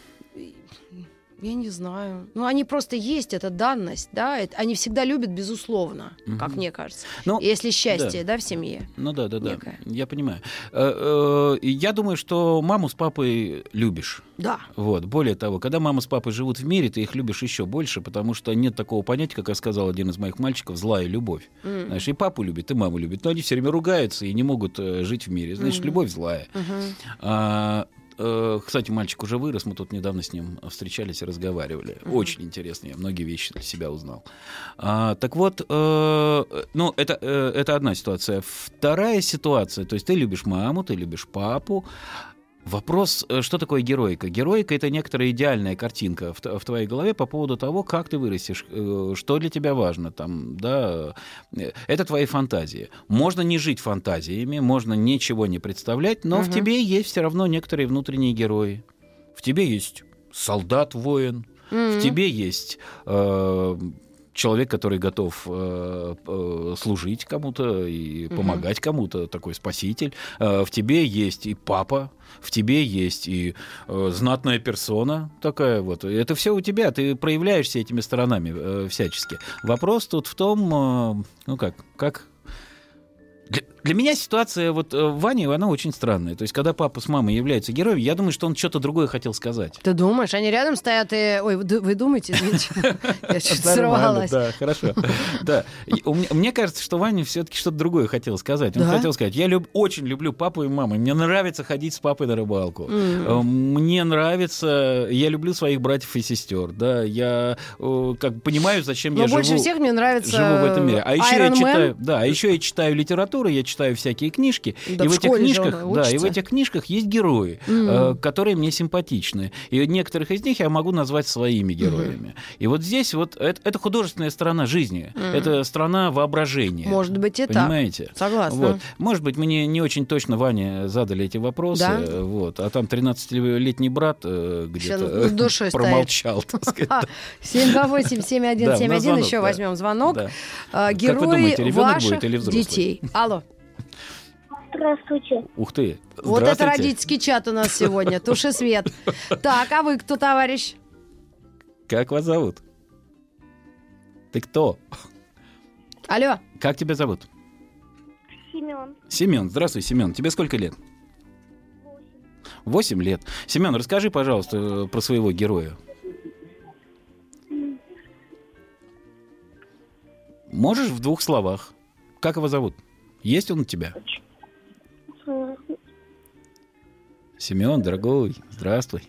B: я не знаю. Ну, они просто есть, это данность, да, это- они всегда любят, безусловно, как мне кажется.
C: Ну,
B: Если счастье, да, в семье.
C: Ну да, да, да.
B: Некое.
C: Я понимаю. Э, э, Я думаю, что маму с папой любишь.
B: Да.
C: Вот. Более того, когда мама с папой живут в мире, ты их любишь еще больше, потому что нет такого понятия, как я сказал один из моих мальчиков, злая любовь.
B: М.
C: Знаешь, и папу любит, и маму любит, но они все время ругаются и не могут э, жить в мире. Значит, любовь злая.
B: Мгм.
C: А, э, кстати, мальчик уже вырос, мы тут недавно с ним встречались и разговаривали. Очень интересно, я многие вещи для себя узнал. А, так вот, э, ну, это, э, это одна ситуация. Вторая ситуация, то есть ты любишь маму, ты любишь папу. Вопрос, э, что такое героика? Героика — это некоторая идеальная картинка в, т- в твоей голове по поводу того, как ты вырастешь, э, что для тебя важно. Там, да, э, это твои фантазии. Можно не жить фантазиями, можно ничего не представлять, но в тебе есть все равно некоторые внутренние герои. В тебе есть солдат-воин, в тебе есть... э, человек, который готов э, э, служить кому-то и помогать кому-то, такой спаситель. Э, в тебе есть и папа, в тебе есть и э, знатная персона такая вот. Это все у тебя, ты проявляешься этими сторонами э, всячески. Вопрос тут в том, э, ну как, как... Для, для меня ситуация вот э, Вани, она очень странная. То есть, когда папа с мамой являются героем, я думаю, что он что-то другое хотел сказать.
B: Ты думаешь, они рядом стоят и... Ой, вы ду- вы думаете? Извините. Я чуть
C: Нормально,
B: сорвалась.
C: да, хорошо. Да. И у меня- Мне кажется, что Ваня все-таки что-то другое хотел сказать. Он
B: Да?
C: хотел сказать: я люб- очень люблю папу и маму. Мне нравится ходить с папой на рыбалку. Э, Мне нравится, я люблю своих братьев и сестер. Да, я э, как бы понимаю, зачем
B: Но
C: я
B: больше
C: живу.
B: всех мне нравится
C: Живу в этом мире. А еще я
B: Iron Man.
C: читаю, да, а еще я читаю литературу, я читаю всякие книжки.
B: Да
C: и
B: в
C: в этих
B: школе же
C: книжках,
B: он
C: да, и в
B: учится.
C: этих книжках есть герои, э, которые мне симпатичны. И некоторых из них я могу назвать своими героями. И вот здесь вот это, это художественная сторона жизни, это страна воображения.
B: Может быть и так.
C: Понимаете?
B: Согласна.
C: Вот. Может быть, мне не очень точно Ване задали эти вопросы,
B: Да?
C: э, вот, а там тринадцатилетний брат э, где-то
B: Всё над душой стоит.
C: промолчал, так сказать.
B: семь два восемь семь один
C: Да, у
B: семь
C: нас
B: один.
C: звонок,
B: Еще
C: да.
B: возьмем звонок.
C: Да.
B: А,
C: Как вы
B: Герои
C: думаете, ребенок
B: ваших
C: будет или взрослый?
B: детей. Алло.
D: Здравствуйте.
C: Ух ты.
B: Вот это
C: Здравствуйте.
B: родительский чат у нас сегодня. Туши свет. Так, а вы кто, товарищ?
C: Как вас зовут? Ты кто?
B: Алло.
C: Как тебя зовут?
D: Семен.
C: Семен. Здравствуй, Семен. Тебе сколько лет? Восемь лет. Семен, расскажи, пожалуйста, э, про своего героя. Можешь в двух словах? Как его зовут? Есть он у тебя? Семен, дорогой, здравствуй.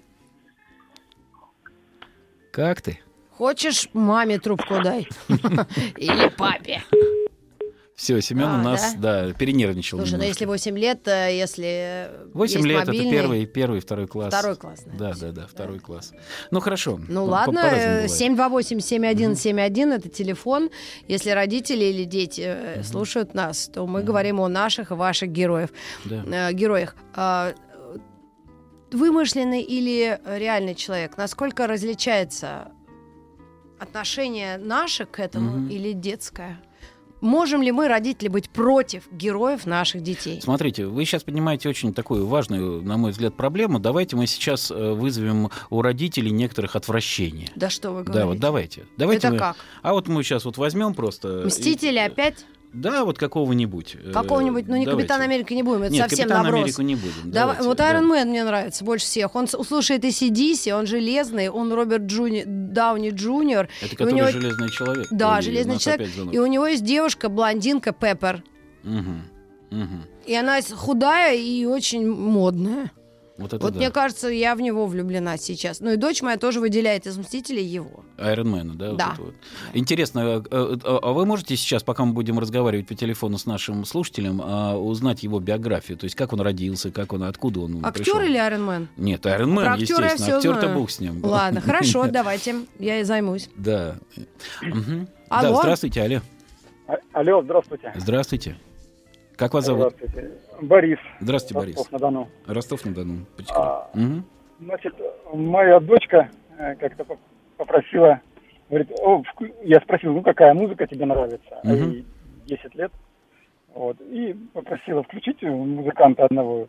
C: Как ты?
B: Хочешь, маме трубку дай? Или папе?
C: Все, Семен
B: А,
C: у нас, да, да перенервничал.
B: Слушай, ну если восемь лет, э, если
C: восемь
B: есть
C: лет
B: мобильный...
C: это первый, первый, второй класс.
B: Второй класс,
C: да, да, да, второй да. класс. Ну хорошо.
B: Ну
C: по-
B: ладно,
C: по-разному
B: семь два восемь семь один семь один это телефон. Если родители или дети э, слушают нас, то мы говорим о наших и ваших героев.
C: Да.
B: Э, героях. А, вымышленный или реальный человек? Насколько различается отношение наше к этому
C: Мгм.
B: или детское? Можем ли мы, родители, быть против героев наших детей?
C: Смотрите, вы сейчас поднимаете очень такую важную, на мой взгляд, проблему. Давайте мы сейчас э, вызовем у родителей некоторых отвращение.
B: Да что вы говорите?
C: Да, вот давайте. давайте
B: Это
C: мы...
B: как?
C: А вот мы сейчас вот возьмем просто...
B: Мстители
C: и-
B: опять?
C: Да, вот какого-нибудь. э,
B: Какого-нибудь, ну не
C: давайте.
B: Капитан Америка не будем, это
C: Нет,
B: совсем
C: Капитан
B: наброс.
C: Америку не будем.
B: Давай,
C: Давайте,
B: вот
C: да.
B: Iron Man мне нравится больше всех. Он с- слушает и си ди си, он железный, он Роберт Джуни... Дауни Джуниор.
C: Это
B: И у
C: который
B: него-
C: железный человек.
B: Да,
C: Ой,
B: железный
C: у нас
B: человек.
C: опять звонок.
B: И у него есть девушка, блондинка Пеппер.
C: Мгм, мгм.
B: И она худая и очень модная.
C: Вот это
B: Вот
C: да.
B: мне кажется, я в него влюблена сейчас. Ну и дочь моя тоже выделяет из «Мстителей» его.
C: Айронмена, да? вот
B: Да.
C: это вот. Интересно, а, а- а вы можете сейчас, пока мы будем разговаривать по телефону с нашим слушателем, а, узнать его биографию? То есть как он родился, как он, откуда он
B: Актер
C: пришел?
B: или Iron Man?
C: Нет, Айронмен,
B: Про актера я
C: естественно.
B: всё
C: Актер-то
B: знаю.
C: бог с ним.
B: Ладно, хорошо, давайте, я и займусь.
C: Да. Мгм.
B: Алло.
C: Да, здравствуйте, алло.
E: А- Алло, здравствуйте.
C: Здравствуйте. Как вас зовут?
E: Здравствуйте. Борис.
C: Здравствуйте, Борис.
E: Ростов-на-Дону.
C: Ростов-на-Дону.
E: А,
C: Мгм.
E: Значит, моя дочка э, как-то поп- попросила, говорит, о, вку- я спросил, ну какая музыка тебе нравится? А
C: Мгм.
E: ей десять лет. Вот, и попросила включить музыканта одного.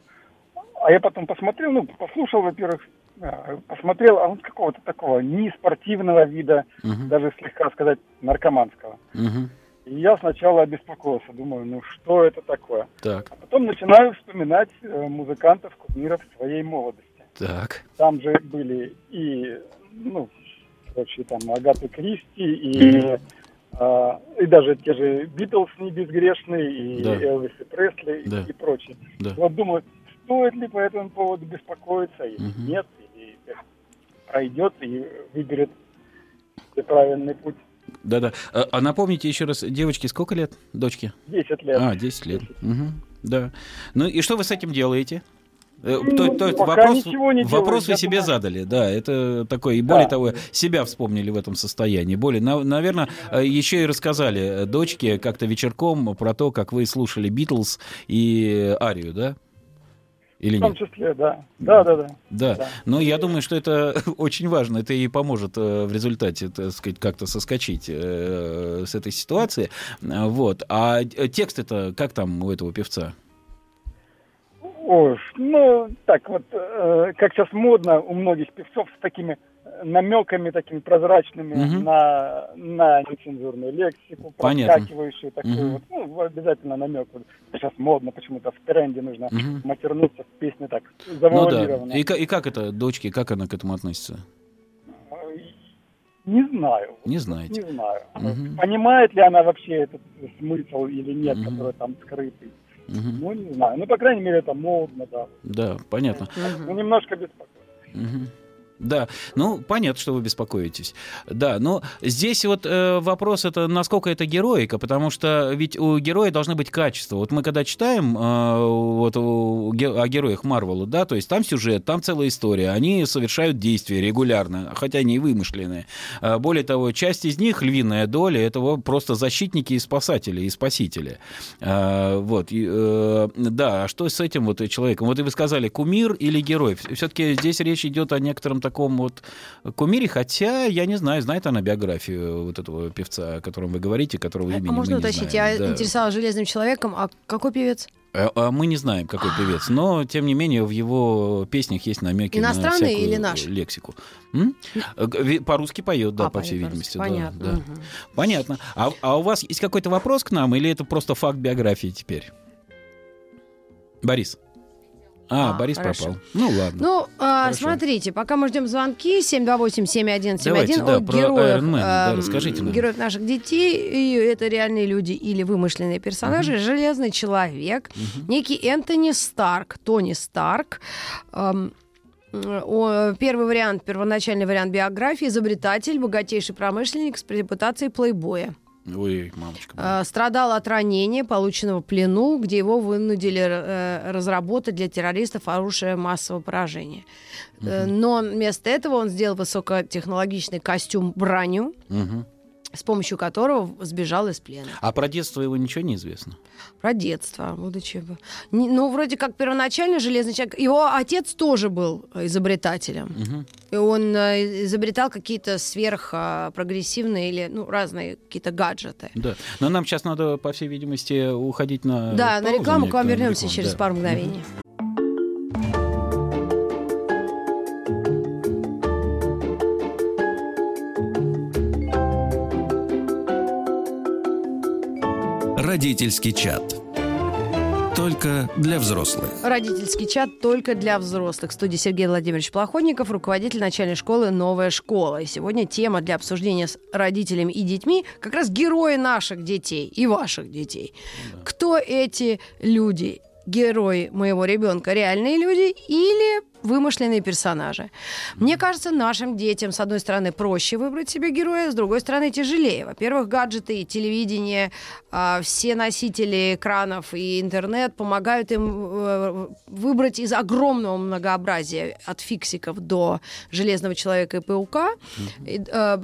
E: А я потом посмотрел, ну, послушал, во-первых, э, посмотрел, а он какого-то такого не спортивного вида,
C: Мгм.
E: даже слегка сказать наркоманского.
C: Мгм.
E: И я сначала обеспокоился, думаю, ну что это такое?
C: Так,
E: А потом начинаю вспоминать э, музыкантов, кумиров своей молодости.
C: так.
E: Там же были и, ну, вообще там Агаты Кристи, и, э, и даже те же Битлз не безгрешные, и
C: Да.
E: Элвис и Пресли,
C: Да.
E: и прочие.
C: Да.
E: Вот думаю, стоит ли по этому поводу беспокоиться, или
C: Мгм.
E: нет, или пройдет и выберет правильный путь.
C: Да-да. А, а напомните еще раз, девочке сколько лет, дочке?
E: Десять лет.
C: А, десять лет. Мгм. Да. Ну и что вы с этим делаете? Э,
E: Ну,
C: то, то есть
E: пока
C: вопрос,
E: ничего не
C: вопрос
E: делаю,
C: вы
E: я
C: себе
E: думаю.
C: задали, да, это такое, и более
E: Да.
C: того, себя вспомнили в этом состоянии. Более, на- наверное, э, еще и рассказали дочке как-то вечерком про то, как вы слушали Битлз и Арию, да? Или
E: В том
C: нет?
E: числе, да. Да, да, да.
C: Да,
E: Да.
C: но я думаю, что это очень важно. Это ей поможет э, в результате, так сказать, как-то соскочить э, с этой ситуации. А, Вот. А э, текст это как там у этого певца?
E: Ой, ну, так вот, э, как сейчас модно у многих певцов с такими намеками, такими прозрачными
C: Мгм.
E: на, на нецензурную лексику,
C: Понятно.
E: проскакивающую такую
C: Мгм.
E: вот, ну, обязательно намек. Вот сейчас модно, почему-то в тренде нужно
C: Мгм.
E: матернуться в песне так,
C: Ну да.
E: завуалированно.
C: И, ка- и как это, дочке, как она к этому относится?
E: Не знаю.
C: Не знаете.
E: Не знаю.
C: Мгм.
E: Понимает ли она вообще этот смысл или нет,
C: Мгм.
E: который там скрытый?
C: Мгм.
E: Ну, не знаю. Ну, по крайней мере, это модно, да.
C: Да, понятно.
E: Ну, немножко беспокойно.
C: Мгм. Да, ну, понятно, что вы беспокоитесь. Да, но здесь вот э, вопрос, это насколько это героика, потому что ведь у героя должны быть качества. Вот мы когда читаем э, вот, у ге- о героях Марвела, да, то есть там сюжет, там целая история, они совершают действия регулярно, хотя они и вымышленные. А более того, часть из них, львиная доля, это вот просто защитники и спасатели, и спасители. А, вот, и, э, да, а что с этим вот человеком? Вот и вы сказали, кумир или герой? Все-таки здесь речь идет о некотором таком вот кумире, хотя я не знаю, знает она биографию вот этого певца, о котором вы говорите, которого имени
B: А можно
C: мы не
B: уточнить?
C: знаем.
B: Я
C: Да.
B: интересовалась «Железным человеком», а какой певец?
C: А, а мы не знаем, какой певец, но, тем не менее, в его песнях есть намеки на
B: Иностранный
C: всякую
B: или наш?
C: лексику. М? Э, ви- По-русски поет, да,
B: А,
C: по
B: поет
C: всей
B: по-русски.
C: видимости. да,
B: Понятно.
C: да.
B: Мгм.
C: Понятно. А, а у вас есть какой-то вопрос к нам, или это просто факт биографии теперь? Борис. А,
B: А,
C: Борис
B: хорошо.
C: пропал. Ну, ладно.
B: Ну, а,
C: Хорошо.
B: смотрите, пока мы ждем звонки, семь два восемь семь один семь один
C: Давайте, да,
B: о
C: про
B: героях,
C: Iron Man, да,
B: эм,
C: расскажите нам.
B: героев наших детей, и это реальные люди или вымышленные персонажи. Железный человек, некий Энтони Старк, Тони Старк. эм, о, Первый вариант, первоначальный вариант биографии: изобретатель, богатейший промышленник с репутацией плейбоя.
C: Ой, мамочка.
B: Э, Страдал от ранения, полученного в плену, где его вынудили э, разработать для террористов оружие массового поражения. Э, Но вместо этого он сделал высокотехнологичный костюм броню,
C: Мгм.
B: с помощью которого сбежал из плена.
C: А про детство его ничего не известно?
B: Про детство, будучи... бы- Не- Ну, вроде как первоначально железный человек... Его отец тоже был изобретателем.
C: Мгм.
B: И он э, изобретал какие-то сверхпрогрессивные или ну, разные какие-то гаджеты.
C: Да. Но нам сейчас надо, по всей видимости, уходить на
B: Да, на
C: паузу
B: рекламу, к вам
C: некоторую,
B: вернемся
C: рекламу,
B: через
C: да.
B: пару
C: Мгм.
B: мгновений.
A: Родительский чат. Только для взрослых.
B: Родительский чат только для взрослых. В студии Сергей Владимирович Плохотников, руководитель начальной школы «Новая школа». И сегодня тема для обсуждения с родителями и детьми как раз герои наших детей и ваших детей. Кто эти люди? Герои моего ребенка реальные люди или вымышленные персонажи? Мне кажется, нашим детям, с одной стороны, проще выбрать себе героя, с другой стороны, тяжелее. Во-первых, гаджеты, телевидение, а, все носители экранов и интернет помогают им э, выбрать из огромного многообразия, от фиксиков до Железного человека и паука, и, э,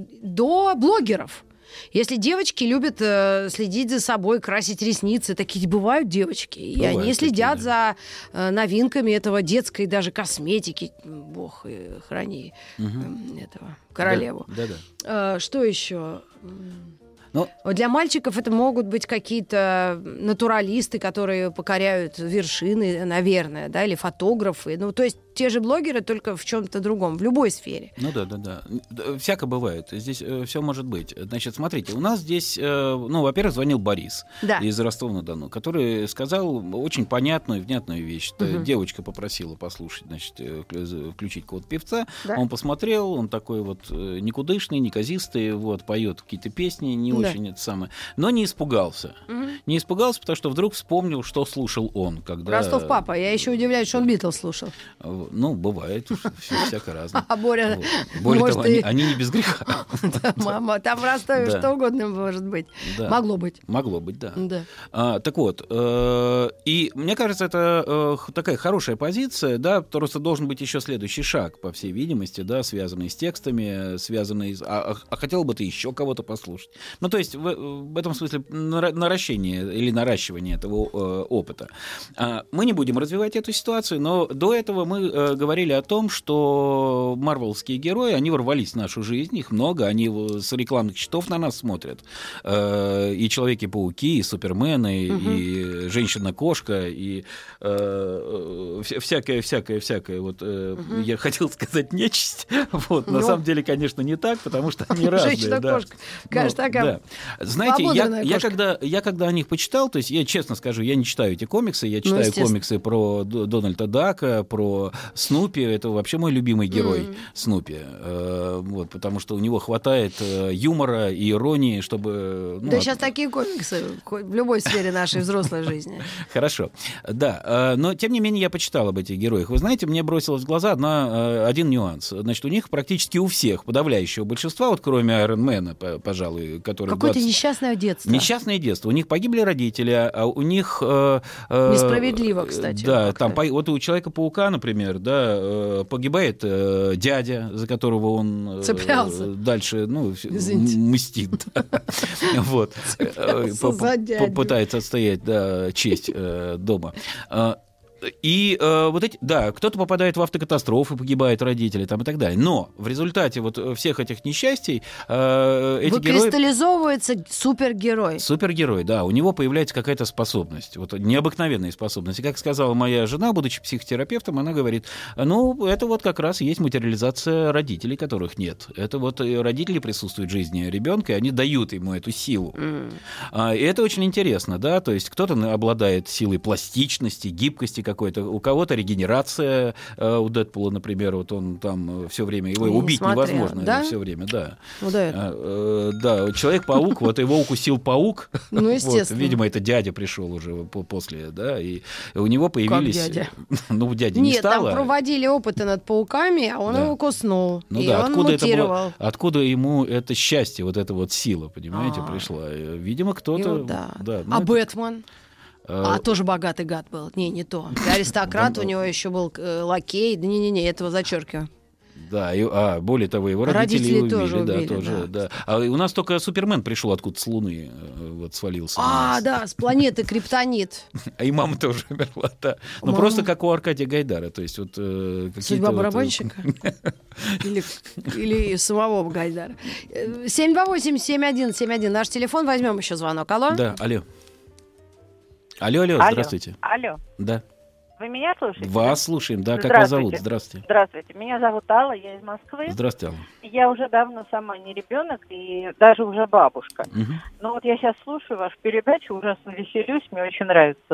B: до блогеров. Если девочки любят э, следить за собой, красить ресницы, такие бывают девочки, и
C: Бывают
B: они
C: такие,
B: следят
C: да.
B: за э, новинками этого детской даже косметики, бог и храни э, этого королеву.
C: Да, да. да.
B: Э, что еще?
C: Ну,
B: Вот для мальчиков это могут быть какие-то натуралисты, которые покоряют вершины, наверное, да, или фотографы. Ну, то есть те же блогеры, только в чем-то другом, в любой сфере.
C: Ну да, да, да. Да, всяко бывает. Здесь э, все может быть. Значит, смотрите, у нас здесь, э, ну, во-первых, звонил Борис
B: Да.
C: из Ростова-на-Дону, который сказал очень понятную и внятную вещь.
B: Мгм.
C: Девочка попросила послушать, значит, э, вклю- включить какого-то певца.
B: Да.
C: Он посмотрел, он такой вот э, никудышный, неказистый, вот, поет какие-то песни, не
B: Да.
C: очень это самое. Но не испугался.
B: Мгм.
C: Не испугался, потому что вдруг вспомнил, что слушал он, когда...
B: Ростов папа. Я еще удивляюсь, что он Битлз слушал.
C: э, Ну, бывает, всё- всяко разное.
B: А Боря,
C: Вот. Более
B: может,
C: того, они,
B: и-
C: они не без греха.
B: мама, там в Ростове
C: Да.
B: что угодно может быть.
C: Да.
B: Могло быть.
C: Могло быть, да.
B: Да.
C: А, так вот, э, и мне кажется, это э, х- такая хорошая позиция, да, просто должен быть еще следующий шаг, по всей видимости, да, связанный с текстами, связанный с... А, а- а хотел бы ты еще кого-то послушать? Ну, то есть в, в этом смысле нара- наращение или наращивание этого э, опыта. А, мы не будем развивать эту ситуацию, но до этого мы э, говорили о том, что марвелские герои, они ворвались в нашу жизнь, их много, они в- с рекламных счетов на нас смотрят. Э, и Человеки-пауки, и Супермены, и Женщина-кошка, и э, вся- всякое, всякое, всякое. Вот, э, я хотел сказать нечисть, вот, на
B: Ну.
C: самом деле, конечно, не так, потому что они разные. да.
B: Женщина-кошка. Кажется,
C: Ну,
B: такая
C: да. Знаете, я,
B: ободранная
C: я,
B: кошка.
C: когда, я когда о них почитал, то есть я честно скажу, я не читаю эти комиксы, я читаю
B: Ну, естественно.
C: комиксы про Д- Дональда Дака, про Снупи, это вообще мой любимый герой
B: Мгм.
C: Снупи, Э, вот, потому что у него хватает э, юмора и иронии, чтобы... ну,
B: Да
C: от-
B: сейчас такие комиксы хоть в любой сфере нашей взрослой жизни.
C: Хорошо, да, э, но тем не менее я почитал об этих героях. Вы знаете, мне бросилась в глаза одна, э, один нюанс. Значит, у них практически у всех, подавляющего большинства, вот кроме Айронмена, по- пожалуй, который...
B: Какое-то
C: двадцать
B: несчастное детство.
C: Несчастное детство. У них погибли родители, а у них... э, э,
B: Несправедливо, кстати,
C: Да,
B: как-то.
C: там, по- вот у Человека-паука, например, да, э, погибает э, дядя, за которого он э,
B: Цеплялся.
C: дальше, ну, в-
B: Извините.
C: м- мстит. да. Вот. Э,
B: Цеплялся
C: по-
B: за
C: по-
B: дядю.
C: Пытается отстоять, да, честь э, дома. А, И э, вот эти, да, кто-то попадает в автокатастрофы, погибают родители там и так далее. Но в результате вот всех этих несчастий э, эти герои...
B: Выкристаллизовывается супергерой.
C: Супергерой, да, у него появляется какая-то способность, вот необыкновенная способность. И как сказала моя жена, будучи психотерапевтом, она говорит, ну, это вот как раз и есть материализация родителей, которых нет. Это вот и родители присутствуют в жизни ребенка, и они дают ему эту силу.
B: М.
C: А, И это очень интересно, да, то есть кто-то обладает силой пластичности, гибкости, какой-то, у кого-то регенерация, э, у Дэдпула, например, вот он там все время, его
B: Не
C: убить
B: смотрел,
C: невозможно
B: да?
C: все время, да.
B: Ну, да, это.
C: А, э, да, Человек-паук, вот его укусил паук,
B: Ну, естественно.
C: вот, видимо, это дядя пришел уже после, да, и у него появились...
B: Как дядя?
C: Ну, дядя не
B: Нет,
C: стало.
B: там проводили опыты над пауками, а он
C: Да.
B: его куснул.
C: Ну
B: и
C: да,
B: он
C: откуда это
B: мутировал.
C: было, откуда ему это счастье, вот эта вот сила, понимаете,
B: А.
C: пришла. Видимо, кто-то...
B: Ну, да.
C: да, ну,
B: а
C: это-
B: Бэтмен?
C: э,
B: А, тоже богатый гад был. Не, не то. Аристократ, у него еще был э, лакей. Да не-не-не, этого зачеркиваю.
C: Да, и, а, более того, его родители,
B: Родители
C: убили,
B: тоже
C: да,
B: убили,
C: тоже,
B: да.
C: да. А у нас только Супермен пришел откуда с Луны, э, вот свалился. на
B: А,
C: нас.
B: да, с планеты Криптонит.
C: А и мама тоже умерла, да. Ну,
B: Мама.
C: просто как у Аркадия Гайдара, то есть вот э, какие-то...
B: Судьба
C: вот, э,
B: барабанщика? Или, или самого Гайдара. семь два восемь семь один семь один. Наш телефон. Возьмем еще звонок. Алло?
C: Да, алло. Алло, алло,
F: Алло.
C: здравствуйте.
F: Алло,
C: Да.
F: вы меня слушаете?
C: Вас слушаем, да, как вас зовут?
F: Здравствуйте.
C: Здравствуйте.
F: Здравствуйте, меня зовут Алла, я из Москвы.
C: Здравствуйте, Алла.
F: Я уже давно сама не ребенок и даже уже бабушка.
C: Мгм.
F: Но вот я сейчас слушаю вашу передачу, ужасно веселюсь, мне очень нравится.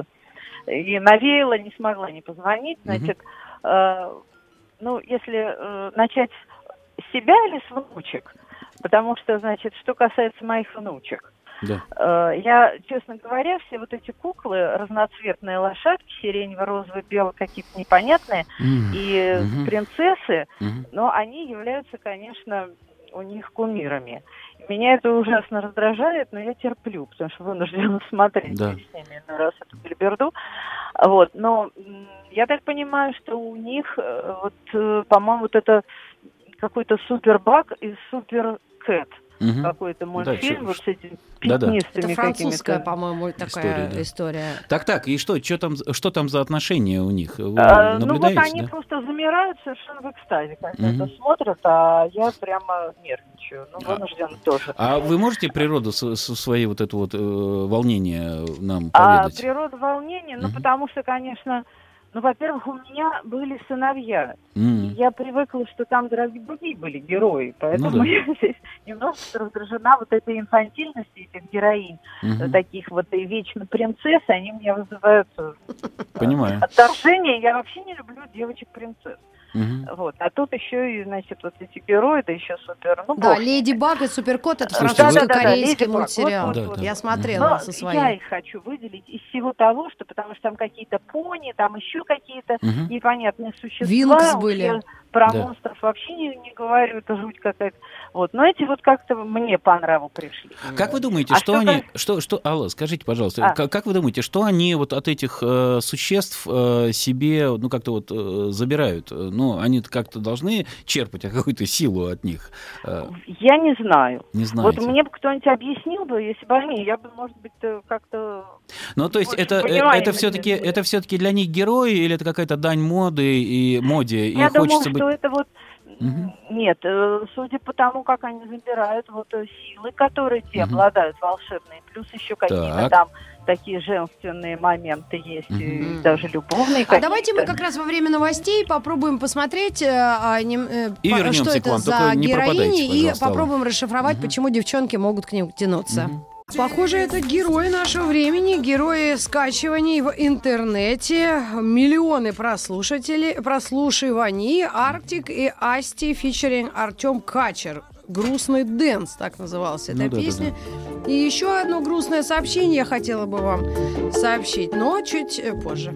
F: И навеяла, не смогла не позвонить. Значит, э, ну, если э, начать с себя или с внучек? Потому что, значит, что касается моих внучек.
C: Да.
F: Э, Я, честно говоря, все вот эти куклы, разноцветные лошадки, сиренево-розовые, белые, какие-то непонятные,
C: М.
F: и
C: Мгм.
F: принцессы,
C: Мгм.
F: но они являются, конечно, у них кумирами. Меня это ужасно раздражает, но я терплю, потому что вынуждена смотреть
C: Да.
F: с ними иной раз эту бельберду. Вот, но м, я так понимаю, что у них, э, вот, э, по-моему, вот это какой-то супербак и суперкэт.
C: Мгм.
F: Какой-то мультфильм
C: всё-
F: вот с этими
C: Да-да.
F: пятнистыми
B: Это французская,
F: какими-то.
B: по-моему, такая
C: История,
B: история.
C: да. Так, так, и что, что там, что там за отношения у них? Вы
F: А, ну вот
C: наблюдаете,
F: они
C: да?
F: просто замирают совершенно в экстазе, когда
C: Мгм.
F: это смотрят, а я прямо нервничаю. Ну,
C: А-
F: вынуждена тоже.
C: А вы можете природу с- с- свои вот это вот э, волнение нам
F: А
C: поведать?
F: природа волнения, ну,
C: Мгм.
F: потому что, конечно, ну, во-первых, у меня были сыновья.
C: М.
F: И я привыкла, что там другие были герои, поэтому
C: Ну да.
F: я здесь немножко раздражена вот этой инфантильностью этих героинь,
C: Мгм.
F: таких вот и вечно принцесс, они меня вызывают э,
C: Понимаю.
F: отторжение. Я вообще не люблю девочек-принцесс.
C: Мгм.
F: Вот. А тут еще и, значит, вот эти герои, да еще супер. Ну,
B: Да,
F: бог с
B: Леди
F: ними.
B: Баг и Суперкот — это
C: Слушайте, вы-
B: французско-корейский
F: Да-да-да, Леди Баг.
B: мультсериал.
F: Вот,
C: вот, вот.
B: Я
C: Да.
B: смотрела
F: Но
B: со
F: я
B: своей.
F: их хочу выделить из всего того, что, потому что там какие-то пони, там еще какие-то
C: Мгм.
F: непонятные существа.
B: Винкс
F: Уж
B: были.
F: я про
C: Да.
F: монстров вообще не, не говорю, это жуть какая-то. Вот. Но эти вот как-то мне по нраву пришли.
C: Как вы думаете,
F: А
C: что
F: что
C: они,
F: как-
C: что, что, Алла, скажите, пожалуйста,
F: А.
C: как, как вы думаете, что они вот от этих э, существ э, себе, ну как-то вот э, забирают? Э, Ну, они как-то должны черпать какую-то силу от них? Э,
F: Я не знаю.
C: не знаете?
F: Вот мне бы кто-нибудь объяснил бы, если бы они, я бы, может быть, э, как-то...
C: Ну, то есть
F: больше
C: это, э,
F: понимания
C: это все-таки,
F: имели.
C: это все-таки для них герои или это какая-то дань моды и моде? И
F: Я думаю,
C: хочется
F: что
C: быть...
F: это вот...
C: Мгм.
F: Нет, э, судя по тому, как они забирают вот э, силы, которые те
C: Мгм.
F: обладают волшебные, плюс еще какие-то
C: Так.
F: там такие женственные моменты есть, и
C: Мгм.
F: даже любовные
B: А
F: какие-то.
B: давайте мы как раз во время новостей попробуем посмотреть, э, а, нем- э,
C: И
B: по-
C: вернемся
B: что
C: к
B: это
C: вам.
B: за
C: Только не пропадайте,
B: героини, и
C: пожалуйста, Алла.
B: попробуем расшифровать,
C: Мгм.
B: почему девчонки могут к ним тянуться.
C: Мгм.
B: Похоже, это герои нашего времени, герои скачиваний в интернете, миллионы прослушателей, прослушиваний, Арктик и Асти, фичеринг Артем Качер. «Грустный дэнс», так называлась эта
C: Ну да, да,
B: песня. И еще одно грустное сообщение я хотела бы вам сообщить, но чуть э, позже.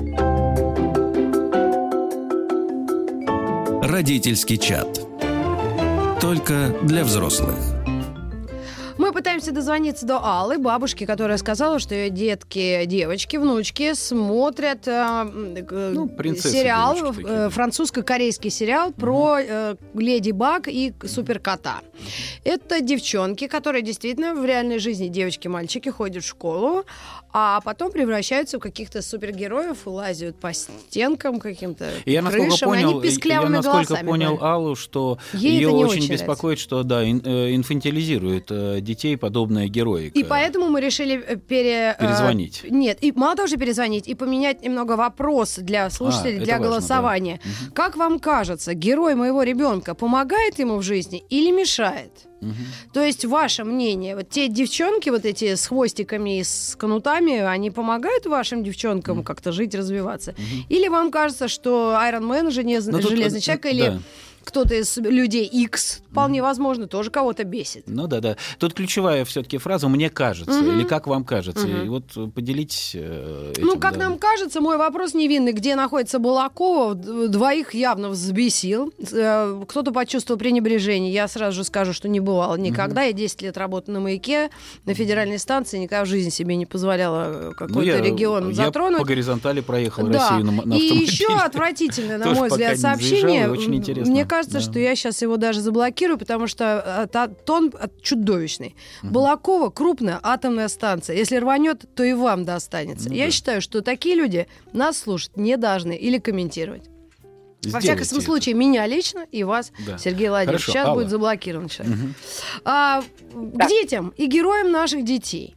A: Родительский чат. Только для взрослых.
B: Мы пытаемся дозвониться до Аллы, бабушки, которая сказала, что ее детки, девочки, внучки смотрят э, э,
C: Ну, принцессы,
B: сериал,
C: девочки такие,
B: э,
C: да.
B: французско-корейский сериал про э, Леди Баг и Суперкота. Это девчонки, которые действительно в реальной жизни девочки-мальчики ходят в школу, а потом превращаются в каких-то супергероев, лазят по стенкам каким-то
C: И я насколько
B: крышам, и
C: понял,
B: они писклявыми
C: я насколько
B: голосами
C: понял
B: говорят.
C: Аллу, что
B: Ей
C: ее
B: это не
C: очень
B: очень
C: беспокоит, что да, ин- э, инфантилизирует э, детей подобная героика.
B: И поэтому мы решили э, пере... э,
C: Перезвонить.
B: Нет, и мало того, что перезвонить, и поменять немного вопрос для слушателей,
C: А, это
B: для
C: важно,
B: голосования. Как вам кажется, герой моего ребенка помогает ему в жизни или мешает?
C: Угу.
B: То есть ваше мнение, вот те девчонки, вот эти с хвостиками и с кнутами, они помогают вашим девчонкам mm. как-то жить, развиваться? Mm-hmm. Или вам кажется, что Iron Man, желез...
C: ну,
B: железный
C: тут,
B: человек,
C: да.
B: или кто-то из людей X, вполне mm. возможно, тоже кого-то бесит?
C: Ну да, да. Тут ключевая все-таки фраза «мне кажется», mm-hmm. или «как вам кажется». Mm-hmm. И вот поделитесь э, этим.
B: Ну, как
C: да.
B: нам кажется, мой вопрос невинный. Где находится Балакова? Двоих явно взбесил. Кто-то почувствовал пренебрежение. Я сразу же скажу, что не бывало никогда. Mm-hmm. Я десять лет работаю на «Маяке», на федеральной станции. Никогда в жизни себе не позволяла какой-то ну, я, регион
C: я
B: затронуть.
C: Я по горизонтали проехал
B: да.
C: Россию на, на автомобиле.
B: И еще отвратительное, на мой взгляд, сообщение. Мне кажется, да. что я сейчас его даже заблокирую, потому что тон чудовищный. Uh-huh. Балакова — крупная атомная станция. Если рванет, то и вам достанется. Ну, я да. считаю, что такие люди нас слушать не должны или комментировать. Сделайте Во всяком это. случае, меня лично и вас, да. Сергей Владимирович. Хорошо. Сейчас Алла. будет заблокирован человек. Uh-huh. А, да. К детям и героям наших детей.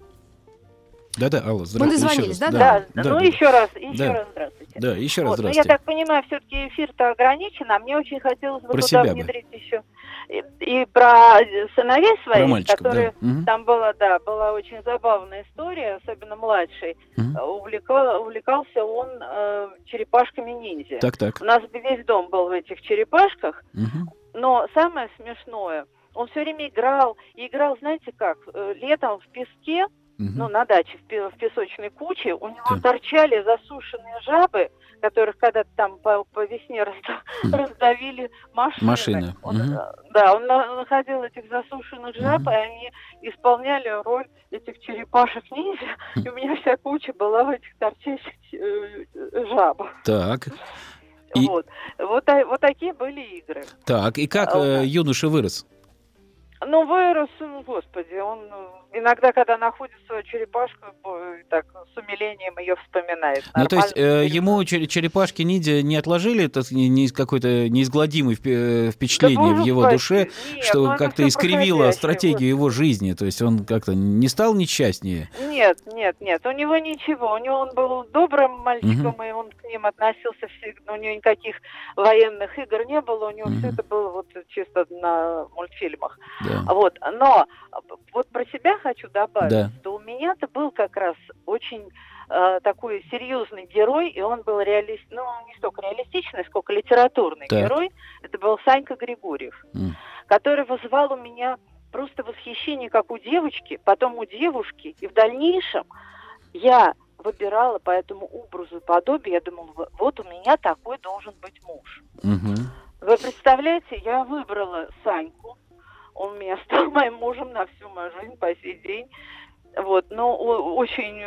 C: Да-да, Алла, здравствуйте.
B: Мы дозвонились, да?
F: Да,
B: да.
F: да.
C: да
F: ну
C: да.
F: еще раз, еще
C: да.
F: раз здравствуйте.
C: Да, еще раз
F: вот.
C: здравствуйте.
F: Ну, я так понимаю, все-таки эфир-то ограничен, а мне очень хотелось бы
C: про
F: туда
C: себя
F: внедрить
C: бы.
F: еще и, и про сыновей своих,
C: мальчиков,
F: которые
C: да. угу.
F: там была, да, была очень забавная история, особенно младший. Угу. Увлекал, увлекался он э, черепашками ниндзя.
C: Так, так.
F: У нас весь дом был в этих черепашках,
C: угу.
F: но самое смешное, он все время играл, и играл, знаете как, э, летом в песке. Uh-huh. Ну, на даче в песочной куче у него так. торчали засушенные жабы, которых когда-то там по, по весне разда- uh-huh. раздавили машины.
C: Машины.
F: Он,
C: uh-huh.
F: Да, он находил этих засушенных жаб, uh-huh. и они исполняли роль этих черепашек-ниндзя, uh-huh. и у меня вся куча была в этих торчащих э, жабах.
C: Так. И...
F: Вот. Вот, вот такие были игры.
C: Так, и как э, юноша вырос?
F: Ну, вырос, господи, он иногда, когда находит свою черепашку, так с умилением ее вспоминает.
C: Ну, то есть э, ему черепашки ниндзя не отложили это не такое неизгладимое впечатление да, в его душе, нет, что как-то искривило стратегию его жизни? То есть он как-то не стал несчастнее?
F: Нет, нет, нет, у него ничего. У него он был добрым мальчиком, угу. и он к ним относился всегда. У него никаких военных игр не было, у него угу. все это было вот чисто на мультфильмах. Да. Вот, но вот про себя хочу добавить, да. что у меня-то был как раз очень э, такой серьезный герой, и он был реалист, ну не столько реалистичный, сколько литературный так. герой. Это был Санька Григорьев, mm. который вызывал у меня просто восхищение, как у девочки, потом у девушки, и в дальнейшем я выбирала по этому образу и подобию, я думала, вот у меня такой должен быть муж. Mm-hmm. Вы представляете, я выбрала Саньку. Он у меня стал моим мужем на всю мою жизнь по сей день. Вот, но очень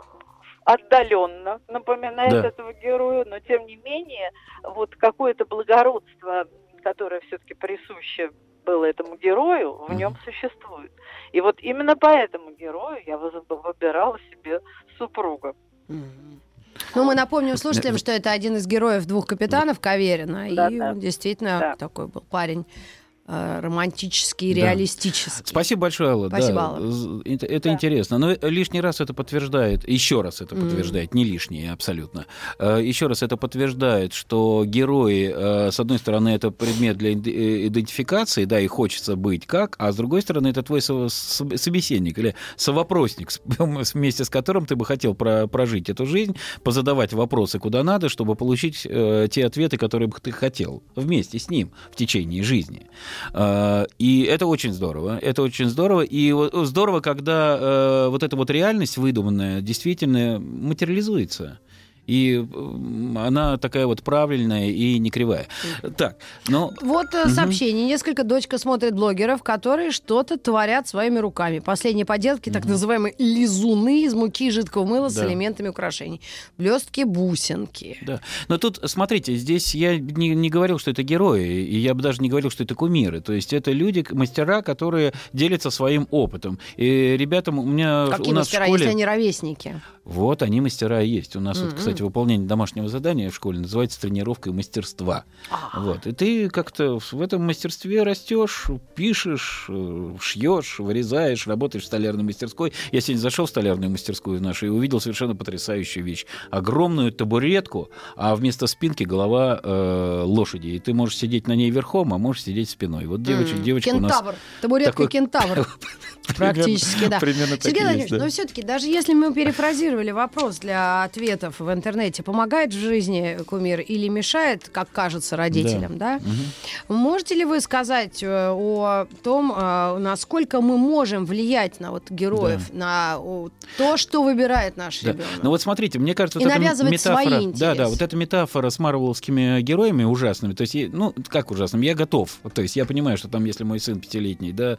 F: отдаленно напоминает да. этого героя, но тем не менее, вот какое-то благородство, которое все-таки присуще было этому герою, в нем существует. И вот именно по этому герою я выбирала себе супруга.
B: Ну, мы напомним слушателям, что это один из героев «Двух капитанов» Каверина, да, и да. он действительно да. такой был парень. Романтический, да. реалистический.
C: Спасибо большое, Алла.
B: Спасибо,
C: да.
B: Алла.
C: Это, это да. интересно. Но лишний раз это подтверждает, еще раз это подтверждает, mm. не лишнее абсолютно, еще раз это подтверждает, что герои, с одной стороны, это предмет для идентификации, да, и хочется быть как, а с другой стороны, это твой собеседник или совопросник, вместе с которым ты бы хотел прожить эту жизнь, позадавать вопросы куда надо, чтобы получить те ответы, которые бы ты хотел вместе с ним в течение жизни. И это очень здорово, это очень здорово, и здорово, когда э, вот эта вот реальность выдуманная действительно материализуется. И она такая вот правильная и не кривая. Так, но...
B: Вот угу. сообщение. Несколько дочка смотрит блогеров, которые что-то творят своими руками. Последние поделки, угу. так называемые лизуны из муки и жидкого мыла да. с элементами украшений. Блестки, бусинки.
C: Да. Но тут, смотрите, здесь я не, не говорил, что это герои, и я бы даже не говорил, что это кумиры. То есть это люди, мастера, которые делятся своим опытом. И ребятам у меня...
B: Какие
C: у нас
B: мастера,
C: в школе...
B: если они ровесники?
C: Вот, они мастера и есть. У нас, mm-hmm. вот, кстати, сказать, выполнение домашнего задания в школе называется тренировкой мастерства. А-а-а. Вот. И ты как-то в этом мастерстве растешь, пишешь, шьешь, вырезаешь, работаешь в столярной мастерской. Я сегодня зашел в столярную мастерскую нашу и увидел совершенно потрясающую вещь. Огромную табуретку, а вместо спинки голова э, лошади. И ты можешь сидеть на ней верхом, а можешь сидеть спиной. Вот девочка, mm. девочка у нас...
B: Кентавр. Табуретка такой... кентавр. Практически, да. Сергей Владимирович, но все-таки, даже если мы перефразировали вопрос для ответов в интернете, помогает в жизни кумир или мешает, как кажется, родителям, да? Можете ли вы сказать о том, насколько мы можем влиять на вот героев, на то, что выбирает наш ребенок?
C: Ну вот смотрите, мне кажется,
B: вот эта метафора...
C: Да, да, вот эта метафора с марвеловскими героями ужасными, то есть, ну, как ужасными, я готов. То есть я понимаю, что там, если мой сын пятилетний, да,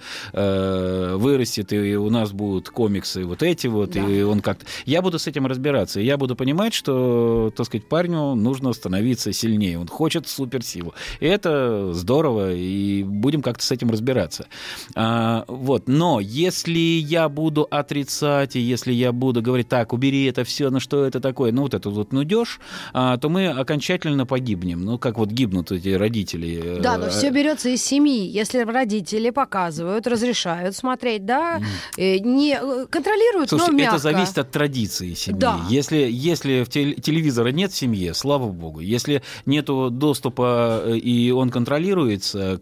C: вырастет, и у нас будут комиксы вот эти вот, да. и он как-то... Я буду с этим разбираться, и я буду понимать, что, так сказать, парню нужно становиться сильнее, он хочет суперсилу. И это здорово, и будем как-то с этим разбираться. А, вот. Но если я буду отрицать, и если я буду говорить, так, убери это все, ну что это такое, ну вот это вот нудёж, а, то мы окончательно погибнем. Ну, как вот гибнут эти родители.
B: Да, но все берется из семьи. Если родители показывают, разрешают смотреть, да, mm. не контролируют,
C: Слушайте,
B: но мягко.
C: Это зависит от традиции семьи.
B: Да.
C: Если, если в теле, телевизора нет в семье, слава богу. Если нету доступа, и он контролируется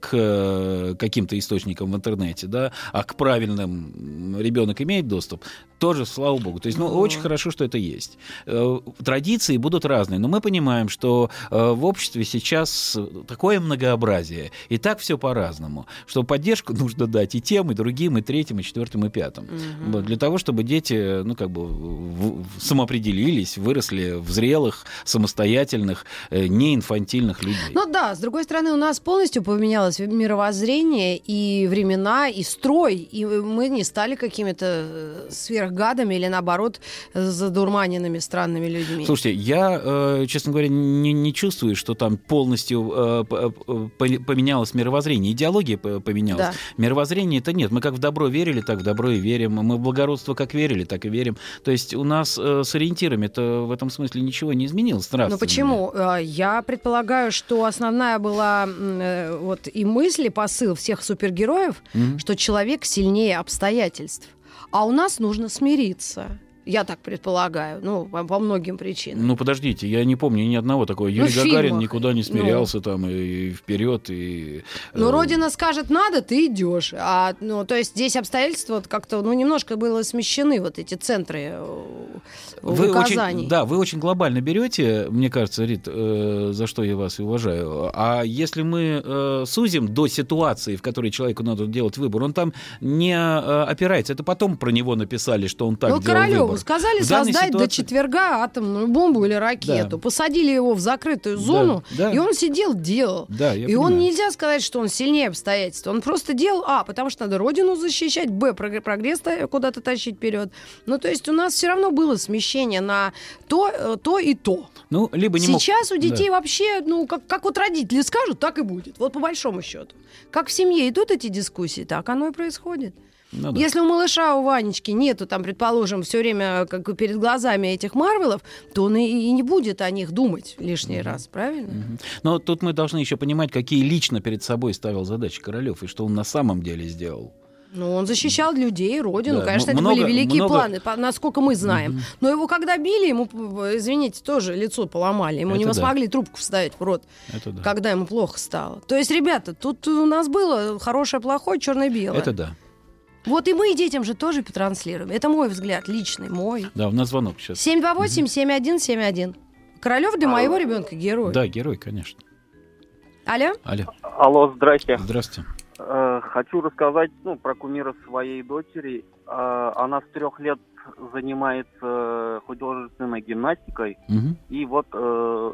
C: к каким-то источникам в интернете, да, а к правильным ребенок имеет доступ, тоже, слава богу. То есть, ну, mm. очень хорошо, что это есть. Традиции будут разные, но мы понимаем, что в обществе сейчас такое многообразие, и так все по-разному, что поддержку нужно дать и тем, и другим, и третьим, и четвертым, и пятым. Mm-hmm. Вот, для того, чтобы дети, ну, как бы в, в, самоопределились, выросли в зрелых, самостоятельных, э, неинфантильных людей.
B: Ну да, с другой стороны, у нас полностью поменялось мировоззрение и времена, и строй, и мы не стали какими-то сверхгадами или, наоборот, задурманенными странными людьми.
C: Слушайте, я, э, честно говоря, не, не чувствую, что там полностью э, поменялось мировоззрение. Идеология поменялась. Да. Мировоззрение-то нет. Мы как в добро верили, так в добро и верим. Мы в благородство как верили, так и верим. То есть у нас э, с ориентирами-то в этом смысле ничего не изменилось.
B: Ну почему? Я предполагаю, что основная была э, вот и мысль, и посыл всех супергероев, mm-hmm. что человек сильнее обстоятельств. А у нас нужно смириться. Я так предполагаю, ну, по, по многим причинам.
C: Ну, подождите, я не помню ни одного такого. Юрий ну, Гагарин никуда не смирялся, ну, там, и, и вперед, и...
B: Ну, Родина скажет надо, ты идешь. А, ну, то есть здесь обстоятельства вот как-то, ну, немножко было смещены, вот эти центры
C: вы
B: указаний.
C: Очень, да, вы очень глобально берете, мне кажется, Рит, э, за что я вас и уважаю. А если мы э, сузим до ситуации, в которой человеку надо делать выбор, он там не э, опирается. Это потом про него написали, что он так
B: ну,
C: делал
B: Королёву
C: выбор.
B: Сказали создать ситуации... до четверга атомную бомбу или ракету. Да. Посадили его в закрытую зону, да, да. и он сидел, делал. Да, и понимаю. Он нельзя сказать, что он сильнее обстоятельств. Он просто делал, а, потому что надо родину защищать, б, прогресс куда-то тащить вперед. Ну, то есть у нас все равно было смещение на то, то и то.
C: Ну, либо не
B: Сейчас
C: мог...
B: у детей
C: да.
B: вообще, ну, как, как вот родители скажут, так и будет. Вот по большому счету. Как в семье идут эти дискуссии, так оно и происходит. Ну, да. Если у малыша, у Ванечки нету, там, предположим, все время как перед глазами этих Марвелов, то он и, и не будет о них думать лишний mm-hmm. раз, правильно?
C: Mm-hmm. Но тут мы должны еще понимать, какие лично перед собой ставил задачи Королёв и что он на самом деле сделал.
B: Ну, он защищал людей, родину. Да. Конечно,
C: много,
B: это были великие
C: много...
B: планы, насколько мы знаем. Mm-hmm. Но его когда били, ему, извините, тоже лицо поломали. Ему это не да. смогли трубку вставить в рот, да. когда ему плохо стало. То есть, ребята, тут у нас было хорошее, плохое, черное-белое.
C: Это да.
B: Вот и мы детям же тоже транслируем. Это мой взгляд, личный, мой.
C: Да, у нас звонок сейчас.
B: семь два восемь семь один семь один. Королёв для моего ребенка герой.
C: Да, герой, конечно.
B: Алло?
C: Алло.
G: Алло, здрасте.
C: Здравствуйте.
G: Э, хочу рассказать, ну, про кумира своей дочери. Э, она с трех лет занимается художественной гимнастикой. Угу. И вот э,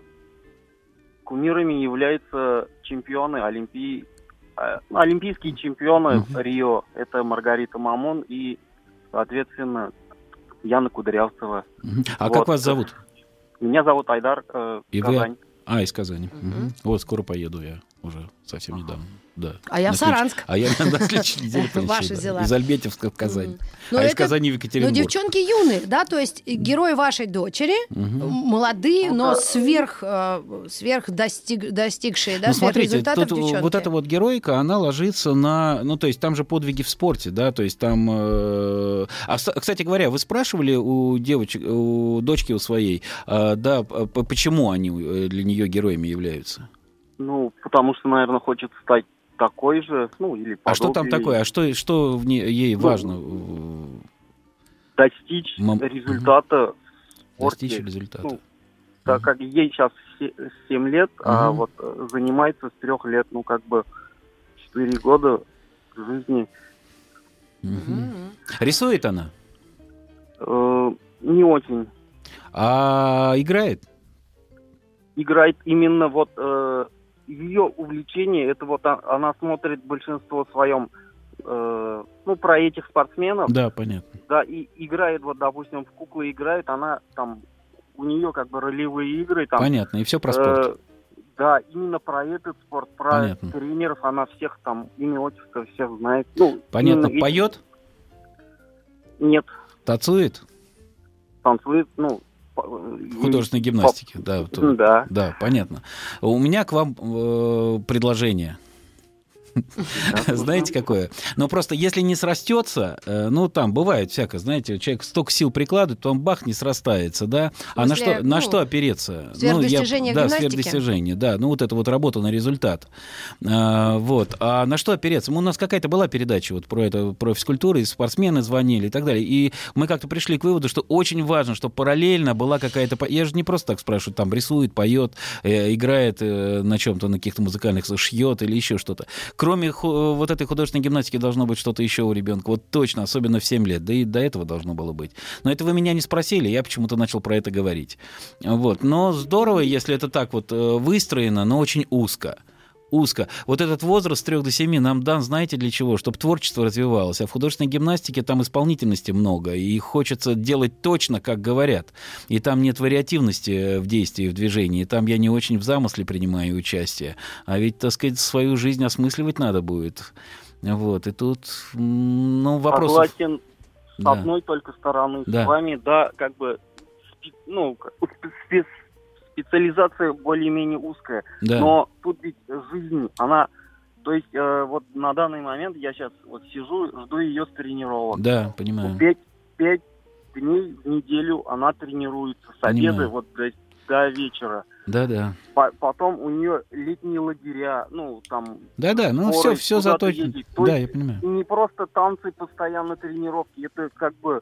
G: кумирами являются чемпионы Олимпии. Олимпийские чемпионы uh-huh. Рио. Это Маргарита Мамун и, соответственно, Яна Кудрявцева.
C: Uh-huh. А вот. Как вас зовут?
G: Меня зовут Айдар, э,
C: и
G: Казань.
C: Вы... А, из Казани. Uh-huh. Uh-huh. Вот, скоро поеду я. уже совсем недавно. Да.
B: А я в Саранск.
C: А я на следующей неделе
B: Ваши дела.
C: Из Альбетьевска в Казань.
B: Но
C: а
B: это,
C: из Казани в Екатеринбург.
B: Ну, девчонки юные, да, то есть герои вашей дочери, угу. молодые, но сверх, сверх достиг, достигшие, да,
C: ну,
B: сверх
C: смотрите,
B: результатов
C: тут
B: девчонки.
C: Вот эта вот героика, она ложится на... Ну, то есть там же подвиги в спорте, да, то есть там... Э... А, кстати говоря, вы спрашивали у девочек, у дочки у своей, э, да, почему они для нее героями являются?
G: Ну, потому что, наверное, хочет стать такой же, ну, или подобный.
C: А что там такое? А что, что в ней, ей важно?
G: Достичь
C: Мам...
G: результата в спорте.
C: Достичь результата.
G: Ну, так как ей сейчас семь лет, угу. а вот занимается с трех лет, ну, как бы четыре года жизни.
C: Угу. Рисует она?
G: Э, не очень.
C: А играет?
G: Играет именно вот... Э, ее увлечение, это вот она смотрит большинство в своем, э, ну, про этих спортсменов.
C: Да, понятно.
G: Да, и играет, вот, допустим, в куклы играет, она там, у нее как бы ролевые игры. Там,
C: понятно, и все про спорт.
G: Э, да, именно про этот спорт, про
C: понятно.
G: тренеров, она всех там, имя, отчество, всех знает. Ну,
C: понятно, поет?
G: Нет.
C: Танцует?
G: Танцует, ну...
C: В художественной гимнастике,
G: Поп...
C: да, то,
G: да.
C: Да, понятно. У меня к вам э, предложение. Знаете, какое? Но просто если не срастется, ну, там бывает всякое, знаете, человек столько сил прикладывает, потом бах, не срастается, да? А на что, на что опереться?
B: Сверхдостижение в гимнастике?
C: Да, сверхдостижение, да. Ну, вот это вот работа на результат. Вот. А на что опереться? У нас какая-то была передача вот про это, про физкультуру, и спортсмены звонили и так далее. И мы как-то пришли к выводу, что очень важно, чтобы параллельно была какая-то... Я же не просто так спрашиваю, там рисует, поет, играет на чем-то, на каких-то музыкальных, шьет или еще что-то. Кроме вот этой художественной гимнастики должно быть что-то еще у ребенка. Вот точно, особенно в семь лет. Да и до этого должно было быть. Но это вы меня не спросили, я почему-то начал про это говорить. Вот. Но здорово, если это так вот выстроено, но очень узко. Узко. Вот этот возраст с трех до семи нам дан, знаете, для чего? Чтобы творчество развивалось. А в художественной гимнастике там исполнительности много. И хочется делать точно, как говорят. И там нет вариативности в действии, в движении. И там я не очень в замысле принимаю участие. А ведь, так сказать, свою жизнь осмысливать надо будет. Вот. И тут, ну, вопрос...
G: Согласен с
C: да.
G: одной только стороны.
C: Да.
G: С вами, да, как бы, ну, спец... специализация более-менее узкая,
C: да.
G: но тут ведь жизнь, она, то есть э, вот на данный момент я сейчас вот сижу, жду ее с тренировок.
C: Да, понимаю.
G: Пять, пять дней в неделю она тренируется с обеда вот до, до вечера.
C: Да-да.
G: По- потом у нее летние лагеря, ну там.
C: Да-да, ну все, все заточено. Да, я понимаю.
G: Не просто танцы, постоянно тренировки, это как бы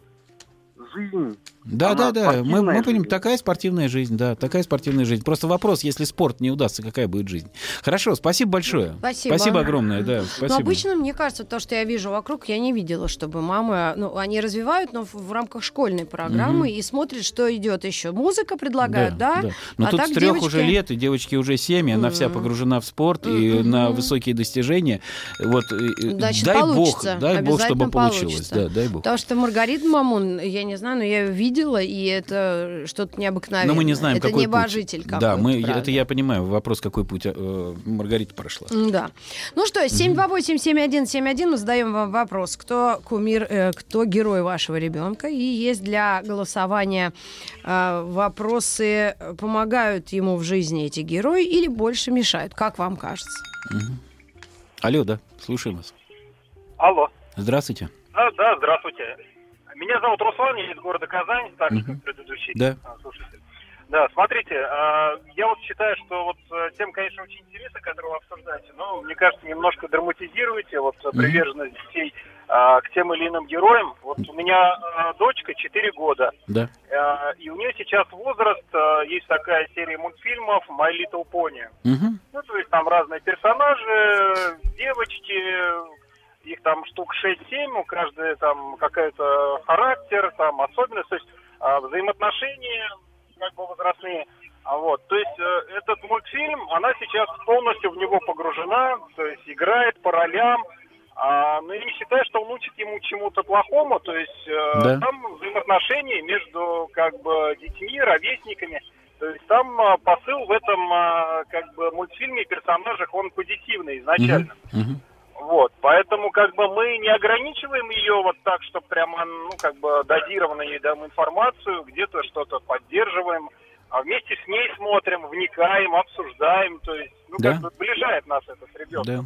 G: жизнь.
C: Да, да, да. Мы, мы понимаем, такая спортивная жизнь, да, такая спортивная жизнь. Просто вопрос, если спорт не удастся, какая будет жизнь? Хорошо, спасибо большое.
B: Спасибо.
C: Спасибо огромное, да. Спасибо.
B: Но обычно, мне кажется, то, что я вижу вокруг, я не видела, чтобы мамы, ну, они развивают, но в, в рамках школьной программы угу. и смотрят, что идет еще. Музыка предлагают, да? да? да.
C: Но
B: а
C: тут
B: так
C: с трех
B: девочки...
C: уже лет, и девочки уже семь, и она вся погружена в спорт
B: mm-hmm.
C: и на высокие достижения. Вот,
B: значит,
C: дай
B: получится.
C: Бог, дай Бог, чтобы
B: получится.
C: получилось. Да, дай Бог.
B: Потому что Маргарита Мамун, я не знаю, но я ее видела, и это что-то необыкновенное.
C: Но мы не знаем,
B: это
C: какой
B: небожитель
C: путь.
B: какой-то.
C: Да, мы, это я понимаю. Вопрос, какой путь э, Маргарита прошла.
B: Да. Ну что, семь два восемь семь один семь один, мы задаем вам вопрос, кто кумир, э, кто герой вашего ребенка. И есть для голосования э, вопросы, помогают ему в жизни эти герои или больше мешают, как вам кажется?
C: Угу. Алло, да, слушаем вас.
H: Алло.
C: Здравствуйте.
H: А, да, здравствуйте. Меня зовут Руслан, я из города Казань, так же, как предыдущий
C: да.
H: слушатель. Да, смотрите, я вот считаю, что вот тема, конечно, очень интересная, которую вы обсуждаете, но, мне кажется, немножко драматизируете вот приверженность детей к тем или иным героям. Вот у меня дочка четыре года,
C: да.
H: и у нее сейчас возраст, есть такая серия мультфильмов «My Little Pony».
C: Угу.
H: Ну, то есть там разные персонажи, девочки... Их там штук шесть-семь, у каждой там какой-то характер, там особенность, то есть а, взаимоотношения как бы возрастные. А вот, то есть э, этот мультфильм, она сейчас полностью в него погружена, то есть играет по ролям, а, но я не считаю, что он учит ему чему-то плохому, то есть э,
C: да.
H: там взаимоотношения между как бы детьми, ровесниками. То есть там а, посыл в этом а, как бы мультфильме, персонажах, он позитивный изначально.
C: Uh-huh.
H: Вот, поэтому как бы мы не ограничиваем ее вот так, что прямо, ну, как бы дозированно ей даем информацию, где-то что-то поддерживаем, а вместе с ней смотрим, вникаем, обсуждаем, то есть, ну,
C: да.
H: как бы сближает нас это с ребенком.
C: Да.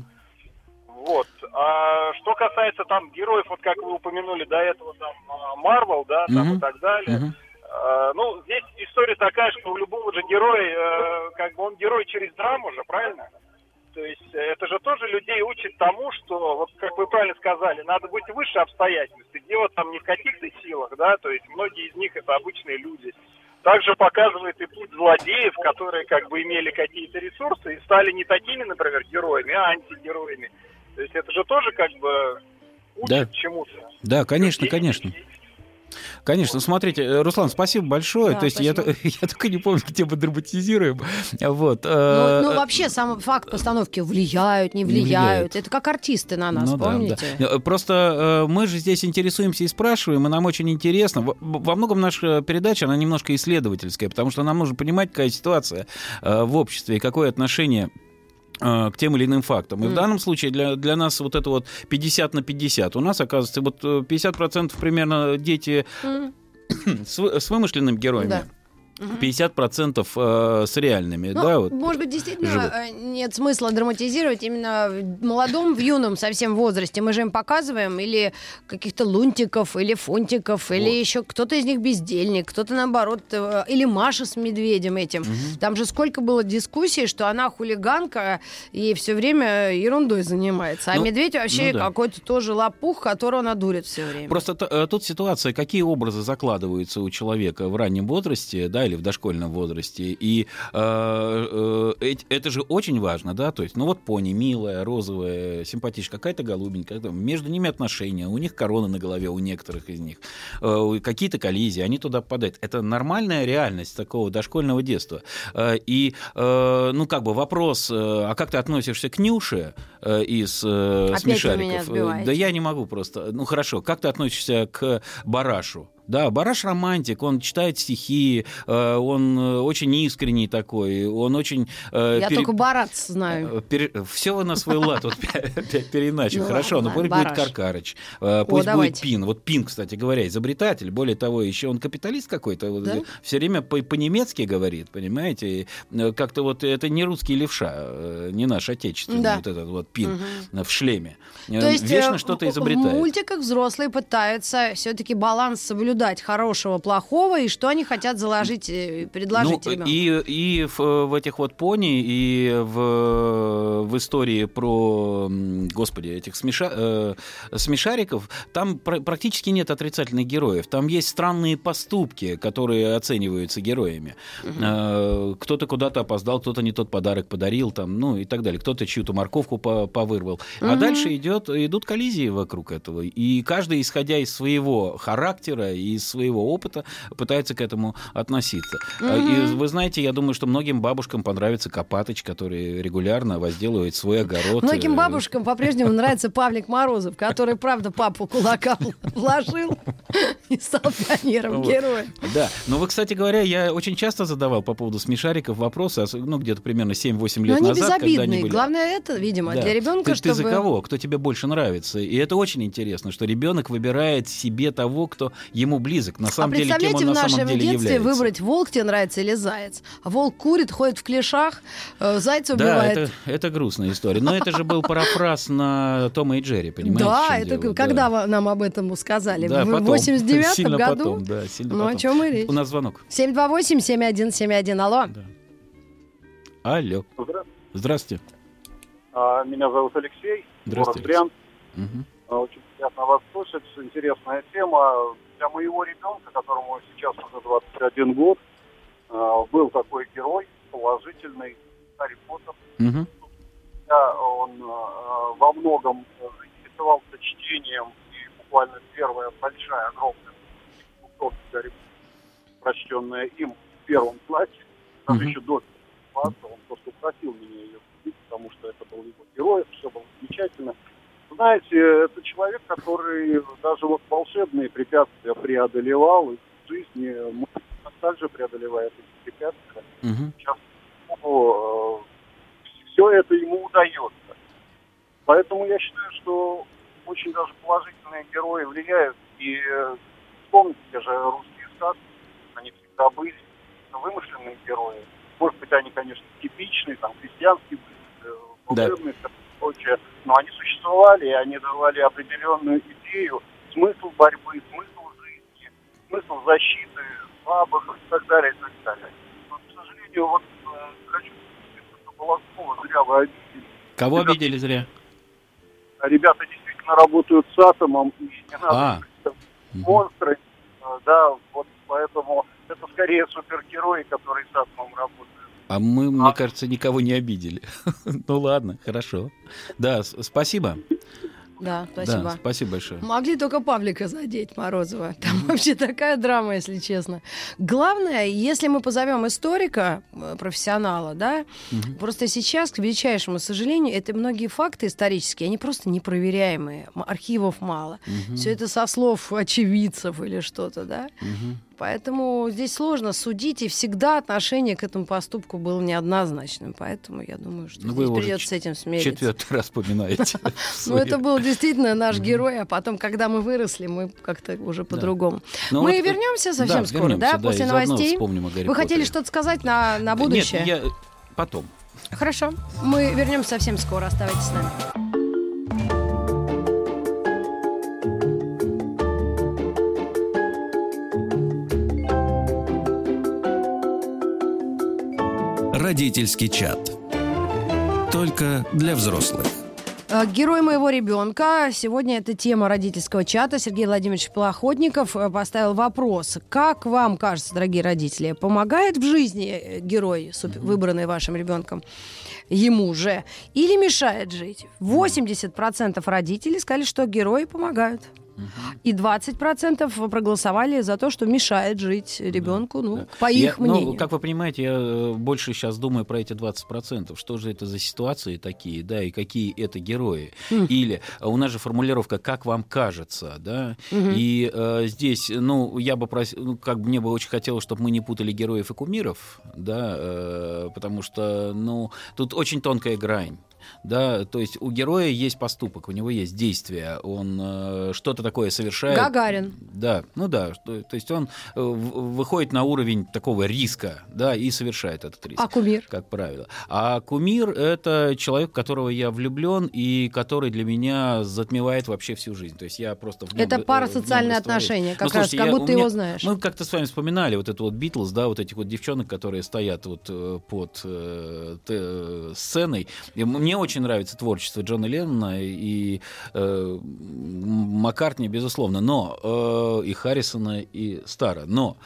H: Вот. А что касается там героев, вот как вы упомянули до этого, там, Марвел, да, там
C: uh-huh.
H: и так далее,
C: uh-huh.
H: а, ну, здесь история такая, что у любого же героя, как бы он герой через драму же, правильно? То есть это же тоже людей учит тому, что, вот как вы правильно сказали, надо быть выше обстоятельств. Дело там не в каких-то силах, да, то есть многие из них это обычные люди. Также показывает и путь злодеев, которые как бы имели какие-то ресурсы и стали не такими, например, героями, а антигероями. То есть это же тоже как бы учит
C: да.
H: чему-то.
C: Да, конечно, конечно. Конечно, смотрите, Руслан, спасибо большое.
B: Да,
C: То есть
B: спасибо.
C: я, я только не помню, где мы драматизируем. Вот.
B: Ну, ну, вообще, сам факт постановки влияют, не влияют. Не влияют. Это как артисты на нас, ну, помните?
C: Да, да. Просто мы же здесь интересуемся и спрашиваем, и нам очень интересно. Во многом наша передача, она немножко исследовательская, потому что нам нужно понимать, какая ситуация в обществе и какое отношение к тем или иным фактам. И mm. в данном случае для, для нас вот это вот пятьдесят на пятьдесят. У нас, оказывается, вот пятьдесят процентов примерно дети mm. с, с вымышленными героями. Да. пятьдесят процентов э, с реальными,
B: ну,
C: да, вот.
B: Может быть, действительно
C: живут.
B: Нет смысла драматизировать именно в молодом, в юном совсем возрасте. Мы же им показываем или каких-то лунтиков, или фунтиков, вот. Или еще кто-то из них бездельник, кто-то наоборот, или Маша с медведем этим. Угу. Там же сколько было дискуссий, что она хулиганка и все время ерундой занимается. А ну, медведь вообще ну, да. какой-то тоже лопух, которого она дурит все время.
C: Просто т- тут ситуация, какие образы закладываются у человека в раннем возрасте, да, или в дошкольном возрасте. И э, э, это же очень важно, да, то есть, ну вот пони, милая, розовая, симпатичная, какая-то голубенькая, между ними отношения, у них корона на голове, у некоторых из них, э, какие-то коллизии, они туда попадают. Это нормальная реальность такого дошкольного детства. Э, и, э, ну, как бы вопрос, э, а как ты относишься к Нюше э, из э, «Смешариков»? Да я не могу просто. Ну, хорошо, как ты относишься к Барашу? Да, Бараш романтик, он читает стихи, э, он очень искренний такой, он очень... Э,
B: Я пере... только Барац знаю.
C: Пере... Все вы на свой лад вот переначали.
B: Ну,
C: Хорошо, но пусть будет Каркарыч, э, пусть О, будет Пин. Вот Пин, кстати говоря, изобретатель, более того, еще он капиталист какой-то, да? Все время по- по-немецки говорит, понимаете? Как-то вот это не русский левша, не наш отечественный, да. Вот этот вот Пин угу. в шлеме.
B: То есть
C: вечно что-то изобретает.
B: В мультиках взрослые пытаются все-таки баланс соблюдать. Дать хорошего, плохого, и что они хотят заложить, предложить
C: ну,
B: ребенку.
C: И, и в, в этих вот пони, и в, в истории про, господи, этих смеша, э, смешариков, там пр- практически нет отрицательных героев. Там есть странные поступки, которые оцениваются героями. Угу. Э, кто-то куда-то опоздал, кто-то не тот подарок подарил, там, ну и так далее. Кто-то чью-то морковку по- повырвал. Угу. А дальше идет, идут коллизии вокруг этого. И каждый, исходя из своего характера и из своего опыта, пытается к этому относиться. Mm-hmm. И вы знаете, я думаю, что многим бабушкам понравится Копатыч, который регулярно возделывает свой огород.
B: Многим бабушкам по-прежнему нравится Павлик Морозов, который, правда, папу кулака вложил и стал пионером, героем.
C: Да, но вы, кстати говоря, я очень часто задавал по поводу смешариков вопросы, ну, где-то примерно семь-восемь лет назад.
B: Но они безобидные. Главное это, видимо, для ребенка, чтобы...
C: Ты за кого? Кто тебе больше нравится? И это очень интересно, что ребенок выбирает себе того, кто ему близок. На самом
B: а
C: деле, кем он
B: на самом деле
C: является.
B: в нашем детстве выбрать, волк тебе нравится или заяц. А волк курит, ходит в клешах, зайца убивает.
C: Да, это, это грустная история. Но это же был парафраз на Тома и Джерри, понимаете?
B: Да, это дело? Когда да. нам об этом сказали? Да, в потом, восемьдесят девятом году?
C: Потом, да, сильно
B: ну,
C: потом.
B: О чем и речь?
C: У нас звонок.
B: семь два восемь семь один семь один. Алло.
C: Да. Алло.
I: Здравствуйте.
C: Здравствуйте.
I: А, меня зовут Алексей.
C: Здравствуйте.
I: Город Брянск.
C: Угу.
I: Очень приятно вас слышать. Интересная тема. Для моего ребенка, которому сейчас уже двадцать один год, был такой герой положительный, Гарри Поттер.
C: Угу.
I: Он во многом заинтересовался чтением, и буквально первая большая, огромная бутылка Гарри Поттер, прочтенная им в первом классе, даже угу. еще до класса, он просто просил меня ее купить, потому что это был его герой, все было замечательно. Знаете, это человек, который даже вот волшебные препятствия преодолевал, и в жизни мы также преодолеваем эти препятствия. Угу. Сейчас ну, все это ему удается. Поэтому я считаю, что очень даже положительные герои влияют. И вспомните, те же русские сказки, они всегда были вымышленные герои. Может быть, они, конечно, типичные, там, крестьянские были, волшебные, да. Прочее, но они существовали, и они давали определенную идею, смысл борьбы, смысл жизни, смысл защиты слабых и так далее, и так далее. Но, к сожалению, вот хочу сказать, что Волоскова зря вы обидели.
C: Кого ребята, обидели зря?
I: Ребята действительно работают с атомом, и не надо
C: а.
I: монстры, да, вот поэтому это скорее супергерои, которые с атомом работают.
C: А мы, мне а? кажется, никого не обидели. Ну ладно, хорошо. Да, спасибо.
B: Да, спасибо.
C: Да, спасибо большое.
B: Могли только Павлика задеть, Морозова. Там mm-hmm. вообще такая драма, если честно. Главное, если мы позовем историка, профессионала, да, mm-hmm. просто сейчас, к величайшему сожалению, это многие факты исторические, они просто непроверяемые. Архивов мало. Mm-hmm. Все это со слов очевидцев или что-то, да. Mm-hmm. Поэтому здесь сложно судить, и всегда отношение к этому поступку было неоднозначным. Поэтому я думаю, что ну, здесь придется с этим смириться.
C: Четвертый раз поминаете.
B: Ну, это был действительно наш герой, а потом, когда мы выросли, мы как-то уже по-другому. Мы вернемся совсем скоро, да, после новостей. Вы хотели что-то сказать на будущее?
C: Нет, я потом.
B: Хорошо. Мы вернемся совсем скоро. Оставайтесь с нами.
A: Родительский чат. Только для взрослых.
B: Герой моего ребенка. Сегодня это тема родительского чата. Сергей Владимирович Плохотников поставил вопрос. Как вам кажется, дорогие родители, помогает в жизни герой, выбранный вашим ребенком, ему же, или мешает жить? восемьдесят процентов родителей сказали, что герои помогают. Uh-huh. И двадцать процентов проголосовали за то, что мешает жить ребенку, да, ну, да. по их
C: я,
B: мнению.
C: Ну, как вы понимаете, я больше сейчас думаю про эти двадцать процентов. Что же это за ситуации такие, да, и какие это герои? Uh-huh. Или у нас же формулировка «как вам кажется», да, uh-huh. и э, здесь, ну, я бы просил, ну, как бы мне бы очень хотелось, чтобы мы не путали героев и кумиров, да, э, потому что, ну, тут очень тонкая грань. Да, то есть у героя есть поступок, у него есть действие, он э, что-то такое совершает.
B: Гагарин.
C: Да, ну да, что, то есть он э, выходит на уровень такого риска, да, и совершает этот риск.
B: А кумир?
C: Как правило. А кумир — это человек, в которого я влюблен и который для меня затмевает вообще всю жизнь. То есть я просто в нем,
B: это парасоциальные отношения, как ну, раз, слушайте, как будто
C: я,
B: его
C: меня,
B: знаешь.
C: Мы как-то с вами вспоминали вот это вот Битлз, да, вот этих вот девчонок, которые стоят вот под э, э, сценой. И мне очень нравится творчество Джона Леннона и э, Маккартни, безусловно, но э, и Харрисона, и Старра. Но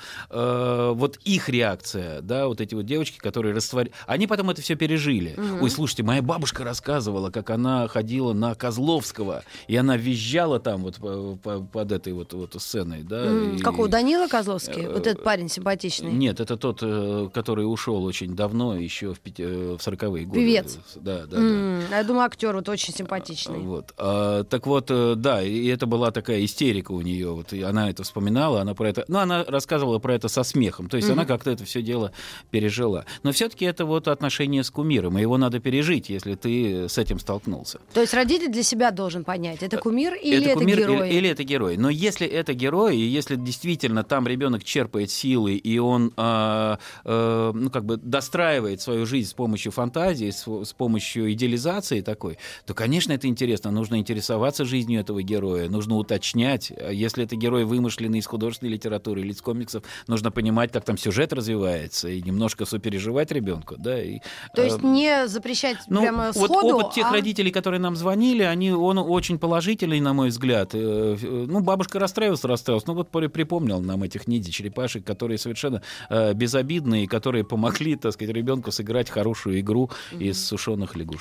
C: э, вот их реакция, да, вот эти вот девочки, которые растворили, они потом это все пережили. Mm-hmm. Ой, слушайте, моя бабушка рассказывала, как она ходила на Козловского, и она визжала там вот по, по, под этой вот, вот сценой. Да,
B: mm-hmm.
C: и,
B: Какого? Данила Козловский? Э, вот этот парень симпатичный.
C: Нет, это тот, который ушел очень давно, еще в, пяти, в сороковые годы.
B: Певец.
C: Да, да,
B: mm-hmm.
C: да.
B: Я думаю, актер вот очень симпатичный.
C: Вот. А, так вот, да, и это была такая истерика у нее. Вот, и она это вспоминала, она про это... Ну, она рассказывала про это со смехом. То есть mm-hmm. она как-то это все дело пережила. Но все-таки это вот отношение с кумиром, и его надо пережить, если ты с этим столкнулся.
B: То есть родитель для себя должен понять, это кумир или это,
C: это кумир,
B: герой?
C: Или, или это герой. Но если это герой, и если действительно там ребенок черпает силы, и он э, э, ну, как бы достраивает свою жизнь с помощью фантазии, с, с помощью идеализации такой, то, конечно, это интересно. Нужно интересоваться жизнью этого героя, нужно уточнять. Если это герой вымышленный из художественной литературы или из комиксов, нужно понимать, как там сюжет развивается, и немножко сопереживать ребенку. Да, и,
B: то есть э, не запрещать ну, прямо
C: вот
B: сходу?
C: Опыт тех а... родителей, которые нам звонили, они, он очень положительный, на мой взгляд. Ну, бабушка расстраивалась, расстраивалась, но вот припомнил нам этих ниндзя-черепашек, которые совершенно э, безобидные, которые помогли, так сказать, ребенку сыграть хорошую игру mm-hmm. из сушеных лягушек.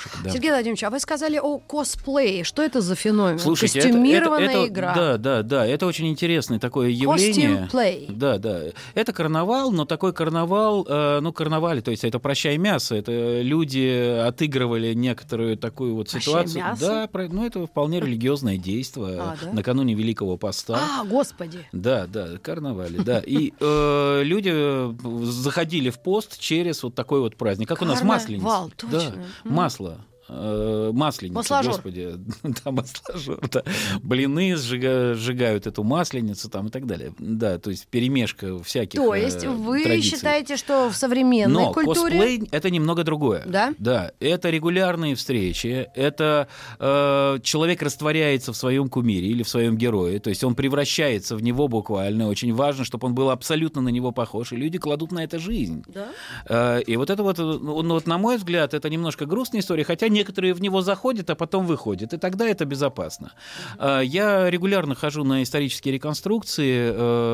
C: девушек. Да.
B: Сергей Владимирович, а вы сказали о косплее. Что это за феномен?
C: Слушайте,
B: костюмированная
C: это, это, это,
B: игра.
C: Да, да, да. Это очень интересное такое явление.
B: Костюм-плей.
C: Да, да. Это карнавал, но такой карнавал, э, ну, карнавале, то есть это «Прощай мясо». Это люди отыгрывали некоторую такую вот
B: «Прощай
C: ситуацию.
B: мясо»?
C: Да, про, ну, это вполне религиозное действие
B: А, да?
C: накануне Великого Поста.
B: А, господи.
C: Да, да, карнавале, да. И э, люди заходили в пост через вот такой вот праздник. Как у нас Масленица.
B: Карнавал, точно.
C: Да, масло. Масленица,
B: масложор.
C: господи, да, масложор, да. Блины сжига, сжигают эту масленицу там и так далее. Да, то есть перемешка всяких
B: То есть вы
C: традиций.
B: считаете, что в современной
C: Но
B: культуре...
C: косплей — это немного другое.
B: Да?
C: Да, это регулярные встречи, это э, человек растворяется в своем кумире или в своем герое, то есть он превращается в него буквально. Очень важно, чтобы он был абсолютно на него похож, и люди кладут на это жизнь. Да? Э, и вот это вот, ну, вот, на мой взгляд, это немножко грустная история, хотя некоторые в него заходят, а потом выходят, и тогда это безопасно. Mm-hmm. Я регулярно хожу на исторические реконструкции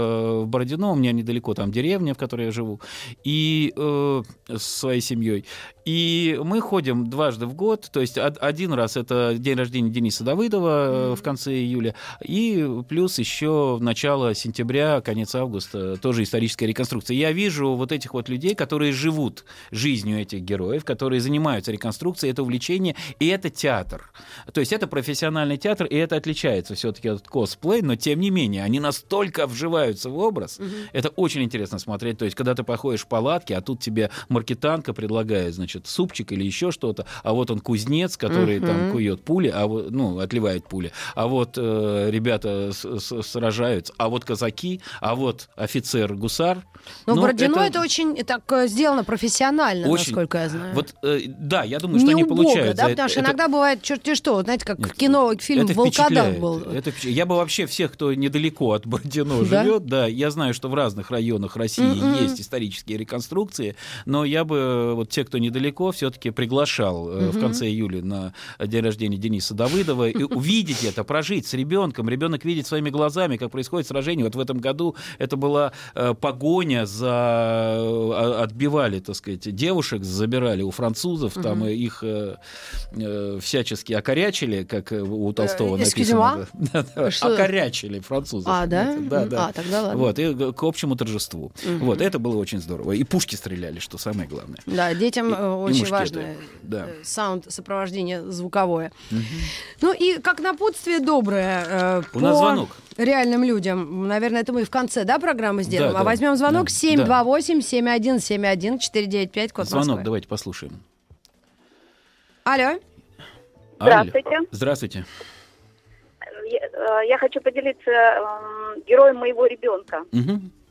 C: в Бородино, у меня недалеко там деревня, в которой я живу, и э, с своей семьей. И мы ходим дважды в год, то есть один раз это день рождения Дениса Давыдова mm-hmm. в конце июля, и плюс еще начало сентября, конец августа, тоже историческая реконструкция. Я вижу вот этих вот людей, которые живут жизнью этих героев, которые занимаются реконструкцией, это увлечение, и это театр. То есть это профессиональный театр, и это отличается все-таки от косплей, но тем не менее, они настолько вживаются в образ, угу. это очень интересно смотреть. То есть когда ты походишь в палатке, а тут тебе маркетанка предлагает, значит, супчик или еще что-то, а вот он кузнец, который угу. там кует пули, а вот, ну, отливает пули, а вот э, ребята с- с- сражаются, а вот казаки, а вот офицер-гусар.
B: Но
C: ну,
B: в Бородино это...
C: это
B: очень так сделано профессионально, очень... насколько я знаю.
C: Вот, э, да, я думаю, что
B: не
C: они
B: убого,
C: получают.
B: Да,
C: за
B: потому
C: это,
B: что
C: это...
B: иногда бывает черти что, знаете, как
C: Нет,
B: в кино, фильм «Волкодав» был.
C: Это впечатляет. Я бы вообще всех, кто недалеко от Бородино
B: да?
C: живет, да, я знаю, что в разных районах России mm-hmm. есть исторические реконструкции, но я бы, вот те, кто недалеко, все-таки приглашал mm-hmm. в конце июля на день рождения Дениса Давыдова и увидеть это, прожить с ребенком. Ребенок видит своими глазами, как происходит сражение. Вот в этом году это была погоня за... Отбивали, так сказать, девушек, забирали у французов, mm-hmm. там их всячески окорячили, как у Толстого написано. Окорячили французов.
B: А, да?
C: Да, да.
B: А, тогда ладно.
C: Вот, и к общему торжеству. Угу. Вот, это было очень здорово. И пушки стреляли, что самое главное.
B: Да, детям
C: и,
B: очень
C: и
B: важно
C: да.
B: саунд-сопровождение звуковое.
C: Угу.
B: Ну и как напутствие доброе.
C: У нас звонок.
B: Реальным людям. Наверное, это мы в конце, да, программы сделаем?
C: Да,
B: а
C: да,
B: возьмем звонок
C: да,
B: семь два восемь семь один семь один четыре девять пять, код
C: Звонок,
B: Москвы.
C: давайте послушаем.
B: Алло.
J: Здравствуйте.
C: Алло. Здравствуйте.
J: Я, я хочу поделиться э, героем моего ребенка.
C: Угу.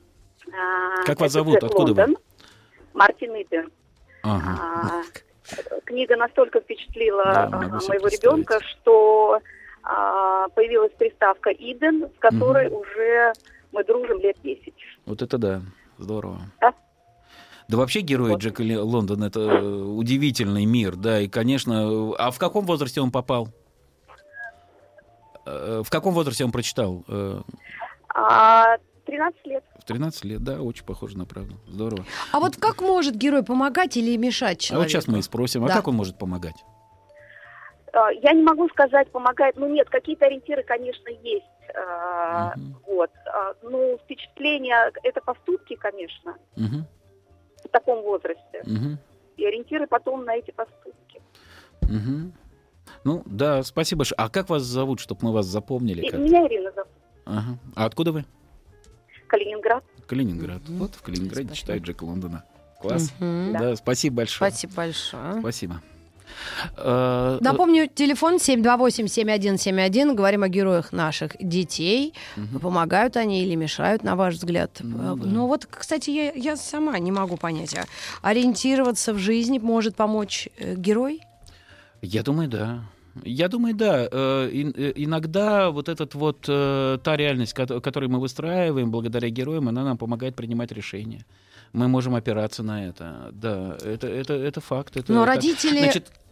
J: А,
C: как вас зовут?
J: Джек
C: Откуда
J: Лондон,
C: вы?
J: Мартин Иден.
C: Ага.
J: А, книга настолько впечатлила
C: да,
J: моего ребенка, что а, появилась приставка Иден, с которой угу. уже мы дружим лет десять.
C: Вот это да, здорово.
J: Да?
C: Да вообще герой
J: вот.
C: Джека Лондона — это удивительный мир, да, и, конечно... А в каком возрасте он попал? В каком возрасте он прочитал?
J: А, тринадцать лет.
C: В тринадцать лет, да, очень похоже на правду. Здорово.
B: А вот как может герой помогать или мешать человеку?
C: А вот сейчас мы и спросим, а
B: да.
C: как он может помогать?
J: Я не могу сказать, помогает. Ну нет, какие-то ориентиры, конечно, есть. Uh-huh. Вот. Ну, впечатления, это поступки, конечно.
C: Uh-huh.
J: В таком возрасте.
C: Угу.
J: И ориентиры потом на эти поступки.
C: Угу. Ну, да, спасибо большое. А как вас зовут, чтобы мы вас запомнили?
J: И, меня Ирина зовут.
C: Ага. А откуда вы?
J: Калининград.
C: Калининград. Угу. Вот в Калининграде спасибо. Читают Джека Лондона. Класс. Угу. Да. да, спасибо большое.
B: Спасибо большое.
C: Спасибо.
B: Напомню, телефон семь два восемь семь один семь один. Говорим о героях наших детей. Угу. Помогают они или мешают, на ваш взгляд? Ну, да. ну вот, кстати, я, я сама не могу понять. А ориентироваться в жизни может помочь э, герой?
C: Я думаю, да. Я думаю, да. Иногда вот эта вот та реальность, которую мы выстраиваем благодаря героям, она нам помогает принимать решения. Мы можем опираться на это. Да, это, это, это факт. Это,
B: Но
C: это...
B: родители...
C: Значит,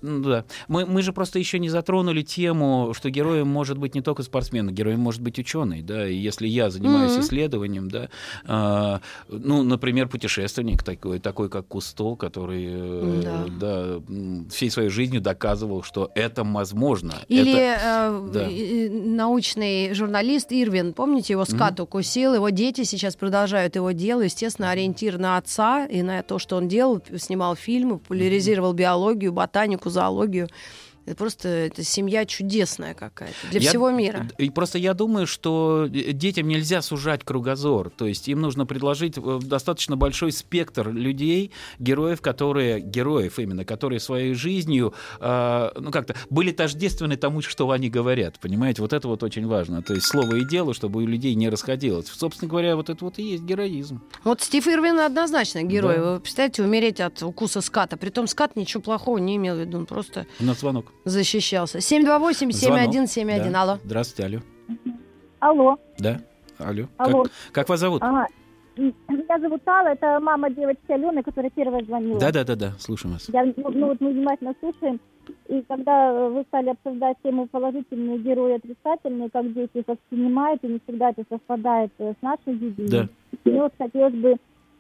C: Ну, да. Мы, мы же просто еще не затронули тему, что героем может быть не только спортсмен, героем может быть ученый, да, и если я занимаюсь mm-hmm. исследованием, да, э, ну, например, путешественник такой, такой как Кусто, который э, да. Да, всей своей жизнью доказывал, что это возможно.
B: Или
C: это,
B: э,
C: да.
B: научный журналист Ирвин, помните, его скат mm-hmm. укусил, его дети сейчас продолжают его дело, естественно, ориентир на отца и на то, что он делал, снимал фильмы, популяризировал mm-hmm. биологию, ботанику, зоологию. Это просто это семья чудесная какая-то для я, всего мира.
C: И просто я думаю, что детям нельзя сужать кругозор. То есть им нужно предложить достаточно большой спектр людей, героев, которые, героев именно, которые своей жизнью э, ну, как-то были тождественны тому, что они говорят. Понимаете, вот это вот очень важно. То есть слово и дело, чтобы у людей не расходилось. Собственно говоря, вот это вот и есть героизм.
B: Вот Стив Ирвин однозначно герой.
C: Да.
B: Вы представляете, умереть от укуса ската. Притом скат ничего плохого не имел в виду. Он просто...
C: У нас звонок.
B: Защищался. семь два восемь семь один семь один.
C: Да.
B: Алло.
C: Здравствуйте, алло.
K: Алло.
C: Да, алло.
K: Алло.
C: Как, как вас зовут?
K: Ага. Меня зовут Алла, это мама девочки Алены, которая первая звонила.
C: Да-да-да, слушаем вас.
K: Я, ну, ну, вот мы внимательно слушаем. И когда вы стали обсуждать тему положительные герои, отрицательные, как дети их воспринимают, и не всегда это совпадает с нашей видением.
C: Да.
K: Мне вот хотелось бы...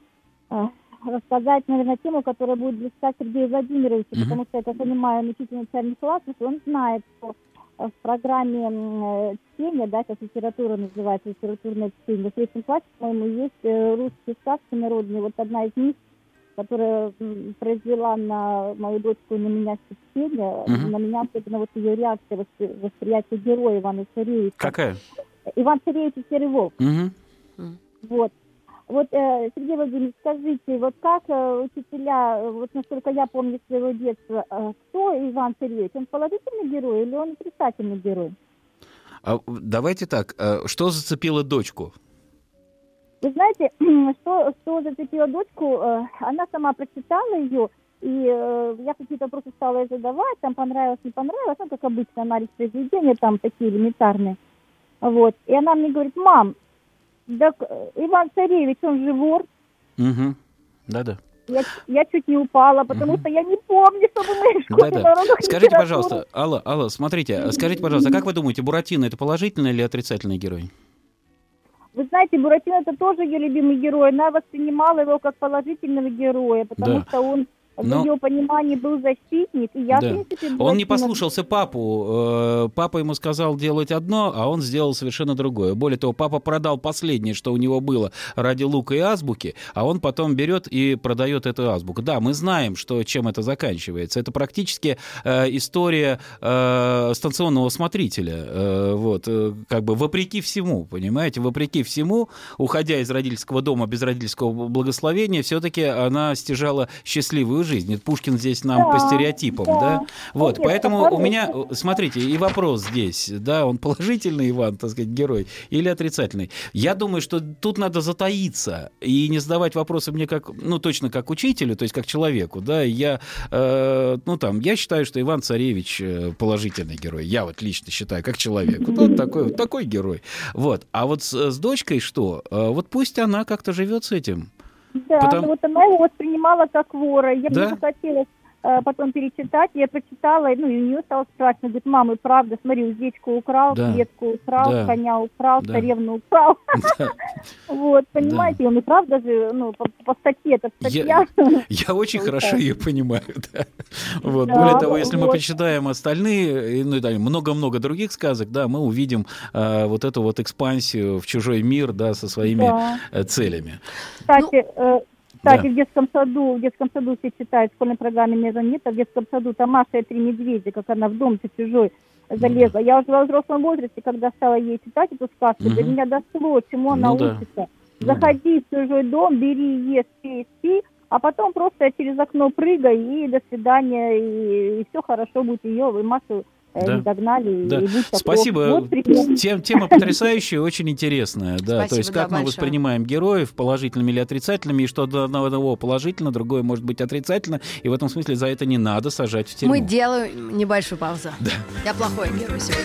K: рассказать, наверное, тему, которая будет близка Сергею Владимировичу, uh-huh. потому что, я так понимаю, он учитель начальных классов, и он знает, что в программе чтения, да, как литература называется, литературное чтение, в третьем классе, по-моему, есть русские сказки народные. Вот одна из них, которая произвела на мою дочку и на меня впечатление, uh-huh. на меня, особенно вот ее реакция, восприятие героя Ивана Царевича.
C: Какая?
K: Иван Царевич и Серый волк.
C: Uh-huh.
K: Вот. Вот, э, Сергей Владимирович, скажите, вот как э, учителя, вот насколько я помню своего детства, э, кто Иван Царевич? Он положительный герой или он отрицательный герой?
C: А, давайте так, что зацепило дочку?
K: Вы знаете, что, что зацепило дочку, э, она сама прочитала ее, и э, я какие-то вопросы стала ей задавать, там понравилось, не понравилось, ну, как обычно, анализ произведения, там такие элементарные. Вот. И она мне говорит: мам, так Иван Царевич, он же вор.
C: Угу. Да-да.
K: Я, я чуть не упала, потому угу. что я не помню, чтобы мы в школе
C: Да-да.
K: на уроках
C: Скажите,
K: литературы...
C: пожалуйста, Алла, Алла, смотрите, скажите, пожалуйста, а как вы думаете, Буратино — это положительный или отрицательный герой?
K: Вы знаете, Буратино — это тоже ее любимый герой. Она воспринимала его как положительного героя, потому да. что он... Но... в ее понимании был защитник, и я,
C: да.
K: в принципе...
C: Он не послушался папу. Папа ему сказал делать одно, а он сделал совершенно другое. Более того, папа продал последнее, что у него было, ради лука и азбуки, а он потом берет и продает эту азбуку. Да, мы знаем, что, чем это заканчивается. Это практически э, история э, станционного смотрителя. Э, вот, э, как бы вопреки всему, понимаете? Вопреки всему, уходя из родительского дома без родительского благословения, все-таки она стяжала счастливую жизнь. Пушкин здесь нам да, по стереотипам, да? да? Вот, Нет, поэтому у меня, смотрите, и вопрос здесь, да, он положительный, Иван, так сказать, герой, или отрицательный? Я думаю, что тут надо затаиться и не задавать вопросы мне как, ну, точно как учителю, то есть как человеку, да, я, э, ну, там, я считаю, что Иван Царевич положительный герой, я вот лично считаю, как человек, вот, вот такой, вот такой герой, вот, а вот с, с дочкой что? Вот пусть она как-то живет с этим.
K: Да,
C: Потом...
K: ну вот она его воспринимала как вора. Я
C: да?
K: мне захотелось э, потом перечитать, я прочитала, ну и у нее стало страшно. Говорит: мама, правда, смотри, уздечку украл,
C: да.
K: клетку украл,
C: да.
K: коня украл,
C: да.
K: царевну украл.
C: Да.
K: Вот, понимаете, да. он и правда же, ну, по, по статье это статья.
C: Я, я очень хорошо ее понимаю, да. Вот. Да, Более того, если вот. мы почитаем остальные, ну, да, много-много других сказок, да, мы увидим э, вот эту вот экспансию в чужой мир, да, со своими да. э, целями.
K: Кстати, ну, э, Кстати,
C: да.
K: в детском саду, в детском саду все читают, в школьной программе «Межа нет», а в детском саду там Маша и три медведя, как она в дом-то чужой залезла. Mm-hmm. Я уже во взрослом возрасте, когда стала ей читать эту сказку, mm-hmm. до меня дошло, чему она ну, учится. Да. Заходи mm-hmm. в чужой дом, бери, ешь, пей, спи, а потом просто через окно прыгай, и до свидания, и, и все хорошо будет, ее, и Машу да. не догнали.
C: Да.
K: И
C: Спасибо. Вот Тем, тема потрясающая, очень интересная. Да.
B: Спасибо,
C: то есть как
B: да,
C: мы
B: большое.
C: воспринимаем героев, положительными или отрицательными, и что одного положительно, другое может быть отрицательно, и в этом смысле за это не надо сажать в тюрьму.
B: Мы делаем небольшую паузу.
C: Да.
B: Я плохой герой сегодня.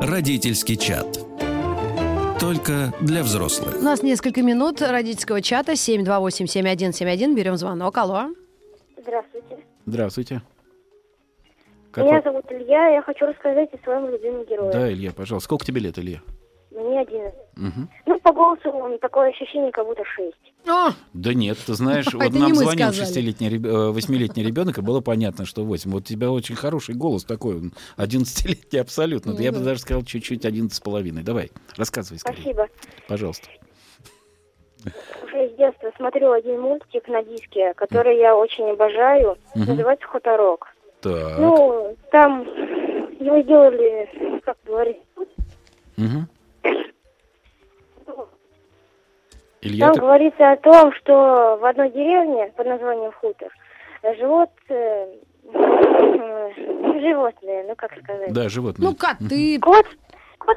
A: Родительский чат. Только для взрослых.
B: У нас несколько минут родительского чата. семь два восемь семь один семь один. Берем звонок. Алло.
L: Здравствуйте.
C: Здравствуйте.
L: Меня зовут Илья, я хочу рассказать о своем любимом герое.
C: Да, Илья, пожалуйста. Сколько тебе лет, Илья?
L: Мне одиннадцать.
C: Угу.
L: Ну, по голосу такое ощущение, как будто шесть.
B: О!
C: Да нет, ты знаешь, вот нам звонил шестилетний, восьмилетний ребенок, и было понятно, что восемь. Вот у тебя очень хороший голос такой, одиннадцатилетний абсолютно. Я бы даже сказал чуть-чуть одиннадцать с половиной. Давай, рассказывай скорее.
L: Спасибо.
C: Пожалуйста.
L: Уже с детства смотрю один мультик на диске, который я очень обожаю.
C: Угу.
L: Называется «Хуторок».
C: Так.
L: Ну, там его сделали, как говорить...
C: Угу. Илья,
L: Там
C: ты...
L: говорится о том, что в одной деревне под названием Хутор живут э, э, животные, ну как сказать.
C: Да, животные.
B: Ну, коты.
L: Кот. Кот.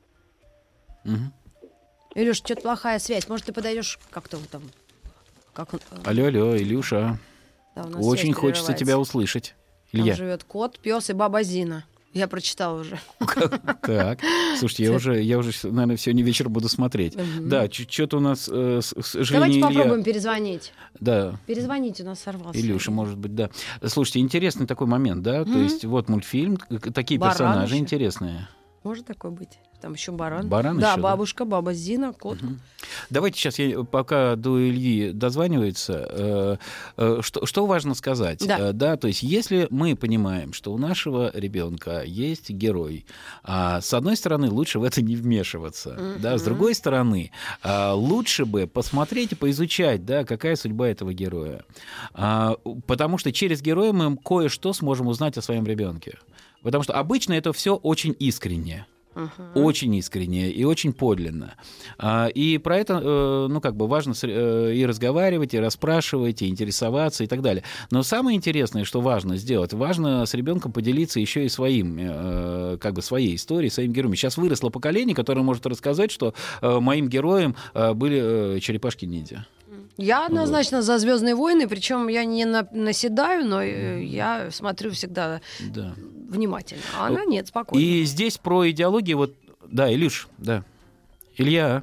C: Угу.
B: Илюш, что-то плохая связь. Может, ты подойдешь как-то там... Как он...
C: Алло, алло, Илюша.
B: Да, у нас
C: очень хочется тебя услышать.
B: Там
C: Илья.
B: живет кот, пес и баба Зина. Я прочитала уже.
C: Так, слушайте, я уже, я уже, наверное, сегодня вечер буду смотреть. Да, что-то у нас, к сожалению,
B: Давайте
C: Илья...
B: попробуем перезвонить.
C: Да.
B: Перезвоните, у нас сорвался.
C: Илюша, может быть, да. Слушайте, интересный такой момент, да? То есть вот мультфильм, такие персонажи интересные.
B: Может такое быть? Там еще баран.
C: Баран
B: да,
C: еще,
B: бабушка, да? Баба Зина, кот.
C: Угу. Давайте сейчас, я, пока до Ильи дозванивается, э, э, что, что важно сказать.
B: Да.
C: Э, да, то есть если мы понимаем, что у нашего ребенка есть герой, а, с одной стороны, лучше в это не вмешиваться. Mm-hmm. Да, с другой стороны, а, лучше бы посмотреть и поизучать, да, какая судьба этого героя. А, потому что через героя мы кое-что сможем узнать о своем ребенке. Потому что обычно это все очень искренне. Uh-huh. Очень искренне и очень подлинно. И про это, ну, как бы важно и разговаривать, и расспрашивать, и интересоваться, и так далее. Но самое интересное, что важно сделать, важно с ребенком поделиться еще и своим, как бы своей историей, своим героем. Сейчас выросло поколение, которое может рассказать, что моим героем были черепашки-ниндзя.
B: Я однозначно вот. За «Звездные войны», причем я не на, наседаю, но я смотрю всегда да. внимательно. А она нет, спокойно.
C: И здесь про идеологию, вот, да, Илюш, да, Илья,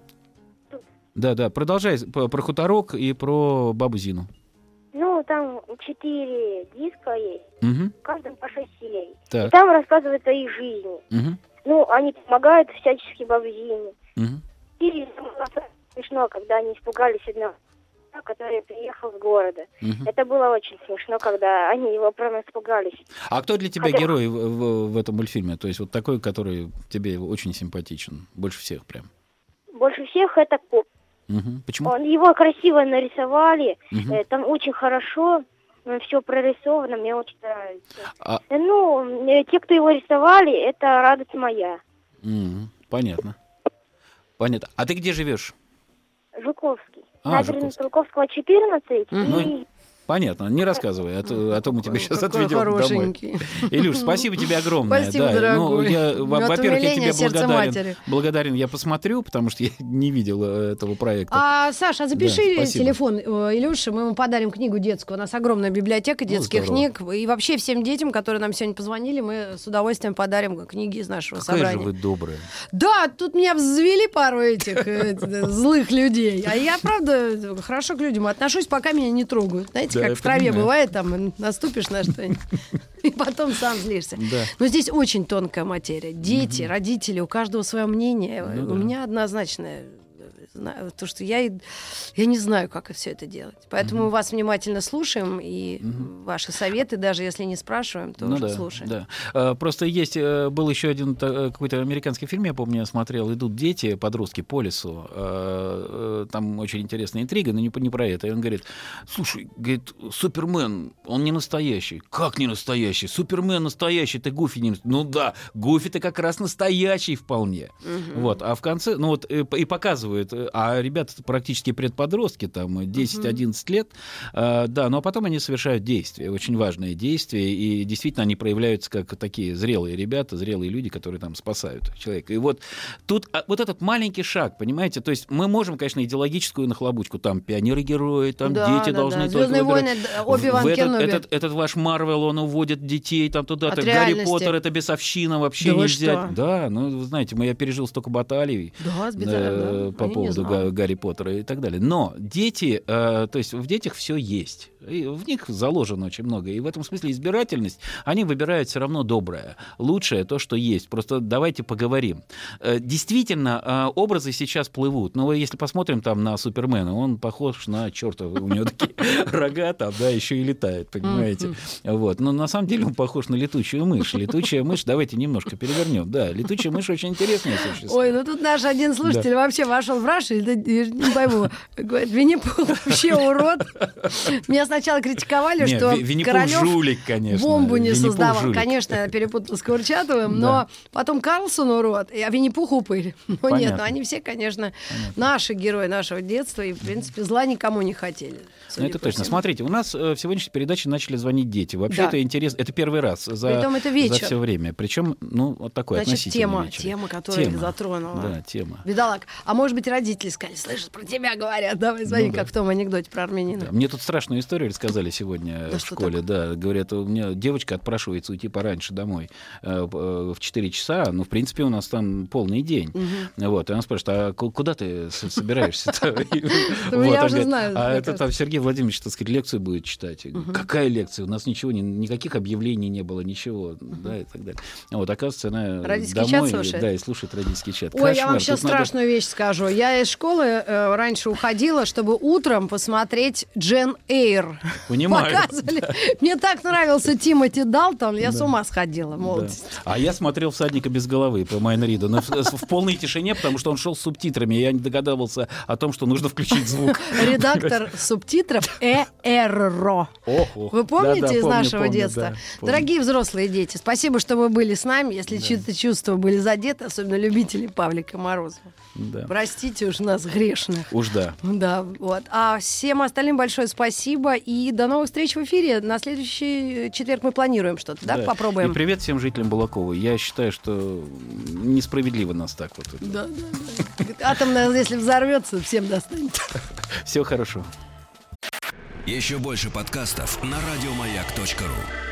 C: да, да, продолжай про «Хуторок» и про бабу Зину.
L: Ну, там четыре диска есть,
C: угу.
L: в каждом по шесть серий.
C: Так.
L: И там рассказывается о их жизни.
C: Угу.
L: Ну, они помогают всячески бабе Зине.
C: Угу.
L: И смешно, когда они испугались одного, который приехал с города. Угу. Это было очень смешно, когда они его прямо испугались.
C: А кто для тебя Хотя... герой в, в, в этом мультфильме? То есть вот такой, который тебе очень симпатичен, больше всех прям?
L: Больше всех это кот.
C: Угу. Почему?
L: Он, его красиво нарисовали,
C: угу.
L: э, там очень хорошо, все прорисовано, мне очень нравится.
C: А...
L: Ну, э, те, кто его рисовали, это радость моя.
C: Угу. Понятно. Понятно. А ты где живешь?
L: Жуковский.
C: А,
L: Набережная Жуковского, четырнадцать.
C: Угу. И... Ну, понятно, не рассказывай, а то, а то мы тебя сейчас
B: Какой
C: отведем домой. Илюш, спасибо тебе огромное.
B: Спасибо,
C: да.
B: дорогой.
C: Ну, я, во-первых, я тебе благодарен.
B: Матери.
C: Благодарен, я посмотрю, потому что я не видел этого проекта.
B: А, Саша, а запиши
C: да,
B: телефон Илюши, мы ему подарим книгу детскую. У нас огромная библиотека детских ну, книг. И вообще всем детям, которые нам сегодня позвонили, мы с удовольствием подарим книги из нашего
C: Какая
B: собрания.
C: Какая же вы добрая.
B: Да, тут меня взвели пару этих злых людей. А я, правда, хорошо к людям отношусь, пока меня не трогают. Знаете, как в траве бывает. Бывает, там наступишь на что-нибудь, и потом сам злишься.
C: Да.
B: Но здесь очень тонкая материя. Дети, mm-hmm. родители, у каждого свое мнение.
C: Ну,
B: у
C: да.
B: меня однозначное. То, что я, я не знаю, как все это делать. Поэтому mm-hmm. мы вас внимательно слушаем, и mm-hmm. ваши советы, даже если не спрашиваем, то
C: ну,
B: уже
C: да,
B: слушаем.
C: Да. А, просто есть, был еще один какой-то американский фильм, я помню, я смотрел, идут дети, подростки по лесу, а, там очень интересная интрига, но не, не про это. И он говорит, слушай, говорит, Супермен, он не настоящий. Как не настоящий? Супермен настоящий, ты Гуфи не настоящий. Ну да, Гуфи-то как раз настоящий вполне. Mm-hmm. Вот. А в конце, ну вот, и, и показывают а ребята практически предподростки, там, десять-одиннадцать лет, э, да, но потом они совершают действия, очень важные действия, и действительно они проявляются как такие зрелые ребята, зрелые люди, которые там спасают человека. И вот тут вот этот маленький шаг, понимаете, то есть мы можем, конечно, идеологическую нахлобучку, там пионеры-герои, там да, дети да, должны...
B: Да. «Звездные войны», Оби-Ван Кеноби.
C: Этот, этот, этот ваш Марвел, он уводит детей там туда, так Гарри Поттер, это бесовщина, вообще да нельзя. Да, ну, вы знаете, я пережил столько баталий
B: да, с
C: э, да. по Они поводу Га- Гарри Поттера и так далее. Но дети, э, то есть в детях все есть. И в них заложено очень много. И в этом смысле избирательность, они выбирают все равно доброе, лучшее, то, что есть. Просто давайте поговорим. Действительно, образы сейчас плывут. Но если посмотрим там на Супермена, он похож на черта, у него такие рога там, да, еще и летает, понимаете. Вот. Но на самом деле он похож на летучую мышь. Летучая мышь, давайте немножко перевернем. Да, летучая мышь очень интересное существо.
B: Ой, ну тут наш один слушатель да. вообще вошел в раж, не пойму, говорит, Винни-Пух вообще урод. Меня сначала критиковали,
C: Нет,
B: что
C: Королёв жулик, конечно.
B: бомбу не
C: Винни-Пух
B: создавал.
C: жулик.
B: Конечно, я перепутала с Курчатовым, но да. потом Карлсон урод, а Винни-Пух упырь. Ну Понятно. Нет, ну они все, конечно, Понятно. наши герои нашего детства, и, в принципе, зла никому не хотели.
C: Ну, это точно. Всему. Смотрите, у нас э, в сегодняшней передаче начали звонить дети. Вообще да. это интересно. Это первый раз за, за все время. Причем, ну, вот такой
B: Значит,
C: относительный
B: тема,
C: вечер.
B: тема, которая
C: тема.
B: затронула.
C: Да, тема.
B: Бедолаг. А может быть, родители сказали, слышишь, про тебя говорят, давай звони, ну, как да. в том анекдоте про армянина.
C: Да. Мне тут страшную историю рассказали сегодня
B: да
C: в школе. Да, говорят, у меня девочка отпрашивается уйти пораньше домой э, в четыре часа, ну, в принципе, у нас там полный день. Угу. Вот, и она спрашивает, а куда ты собираешься-то?
B: Я уже знаю.
C: А это там Сергей Владимирович, так сказать, лекцию будет читать. Угу. Какая лекция? У нас ничего, ни, никаких объявлений не было, ничего, угу. да, и так далее. Вот, оказывается, она
B: родительский
C: домой,
B: чат слушает?
C: Да, и слушает родительский чат.
B: Ой,
C: Кошмар.
B: я вам сейчас
C: Тут
B: страшную
C: надо...
B: вещь скажу. Я из школы э, раньше уходила, чтобы утром посмотреть Джен Эйр.
C: Понимаю.
B: Показывали. Да. Мне так нравился Тимоти Далтон, я да. с ума сходила в молодости.
C: Да. А я смотрел «Всадника без головы» по Майн Риду в, в полной тишине, потому что он шел с субтитрами, и я не догадывался о том, что нужно включить звук.
B: Редактор субтитров Эро. Вы помните да, да, из помню, нашего помню, детства? Да, Дорогие взрослые дети, спасибо, что вы были с нами. Если да. чьи-то чувства были задеты, особенно любители Павлика Морозова. Да. Простите уж нас, грешных.
C: Уж да.
B: Да, вот. А всем остальным большое спасибо. И до новых встреч в эфире. На следующий четверг мы планируем что-то, да? да? Попробуем.
C: И привет всем жителям Балакова. Я считаю, что несправедливо нас так вот. Это.
B: Да, да, да. Атомная, если взорвется, всем достанет.
C: Всего хорошего.
A: Еще больше подкастов на радиомаяк точка ру.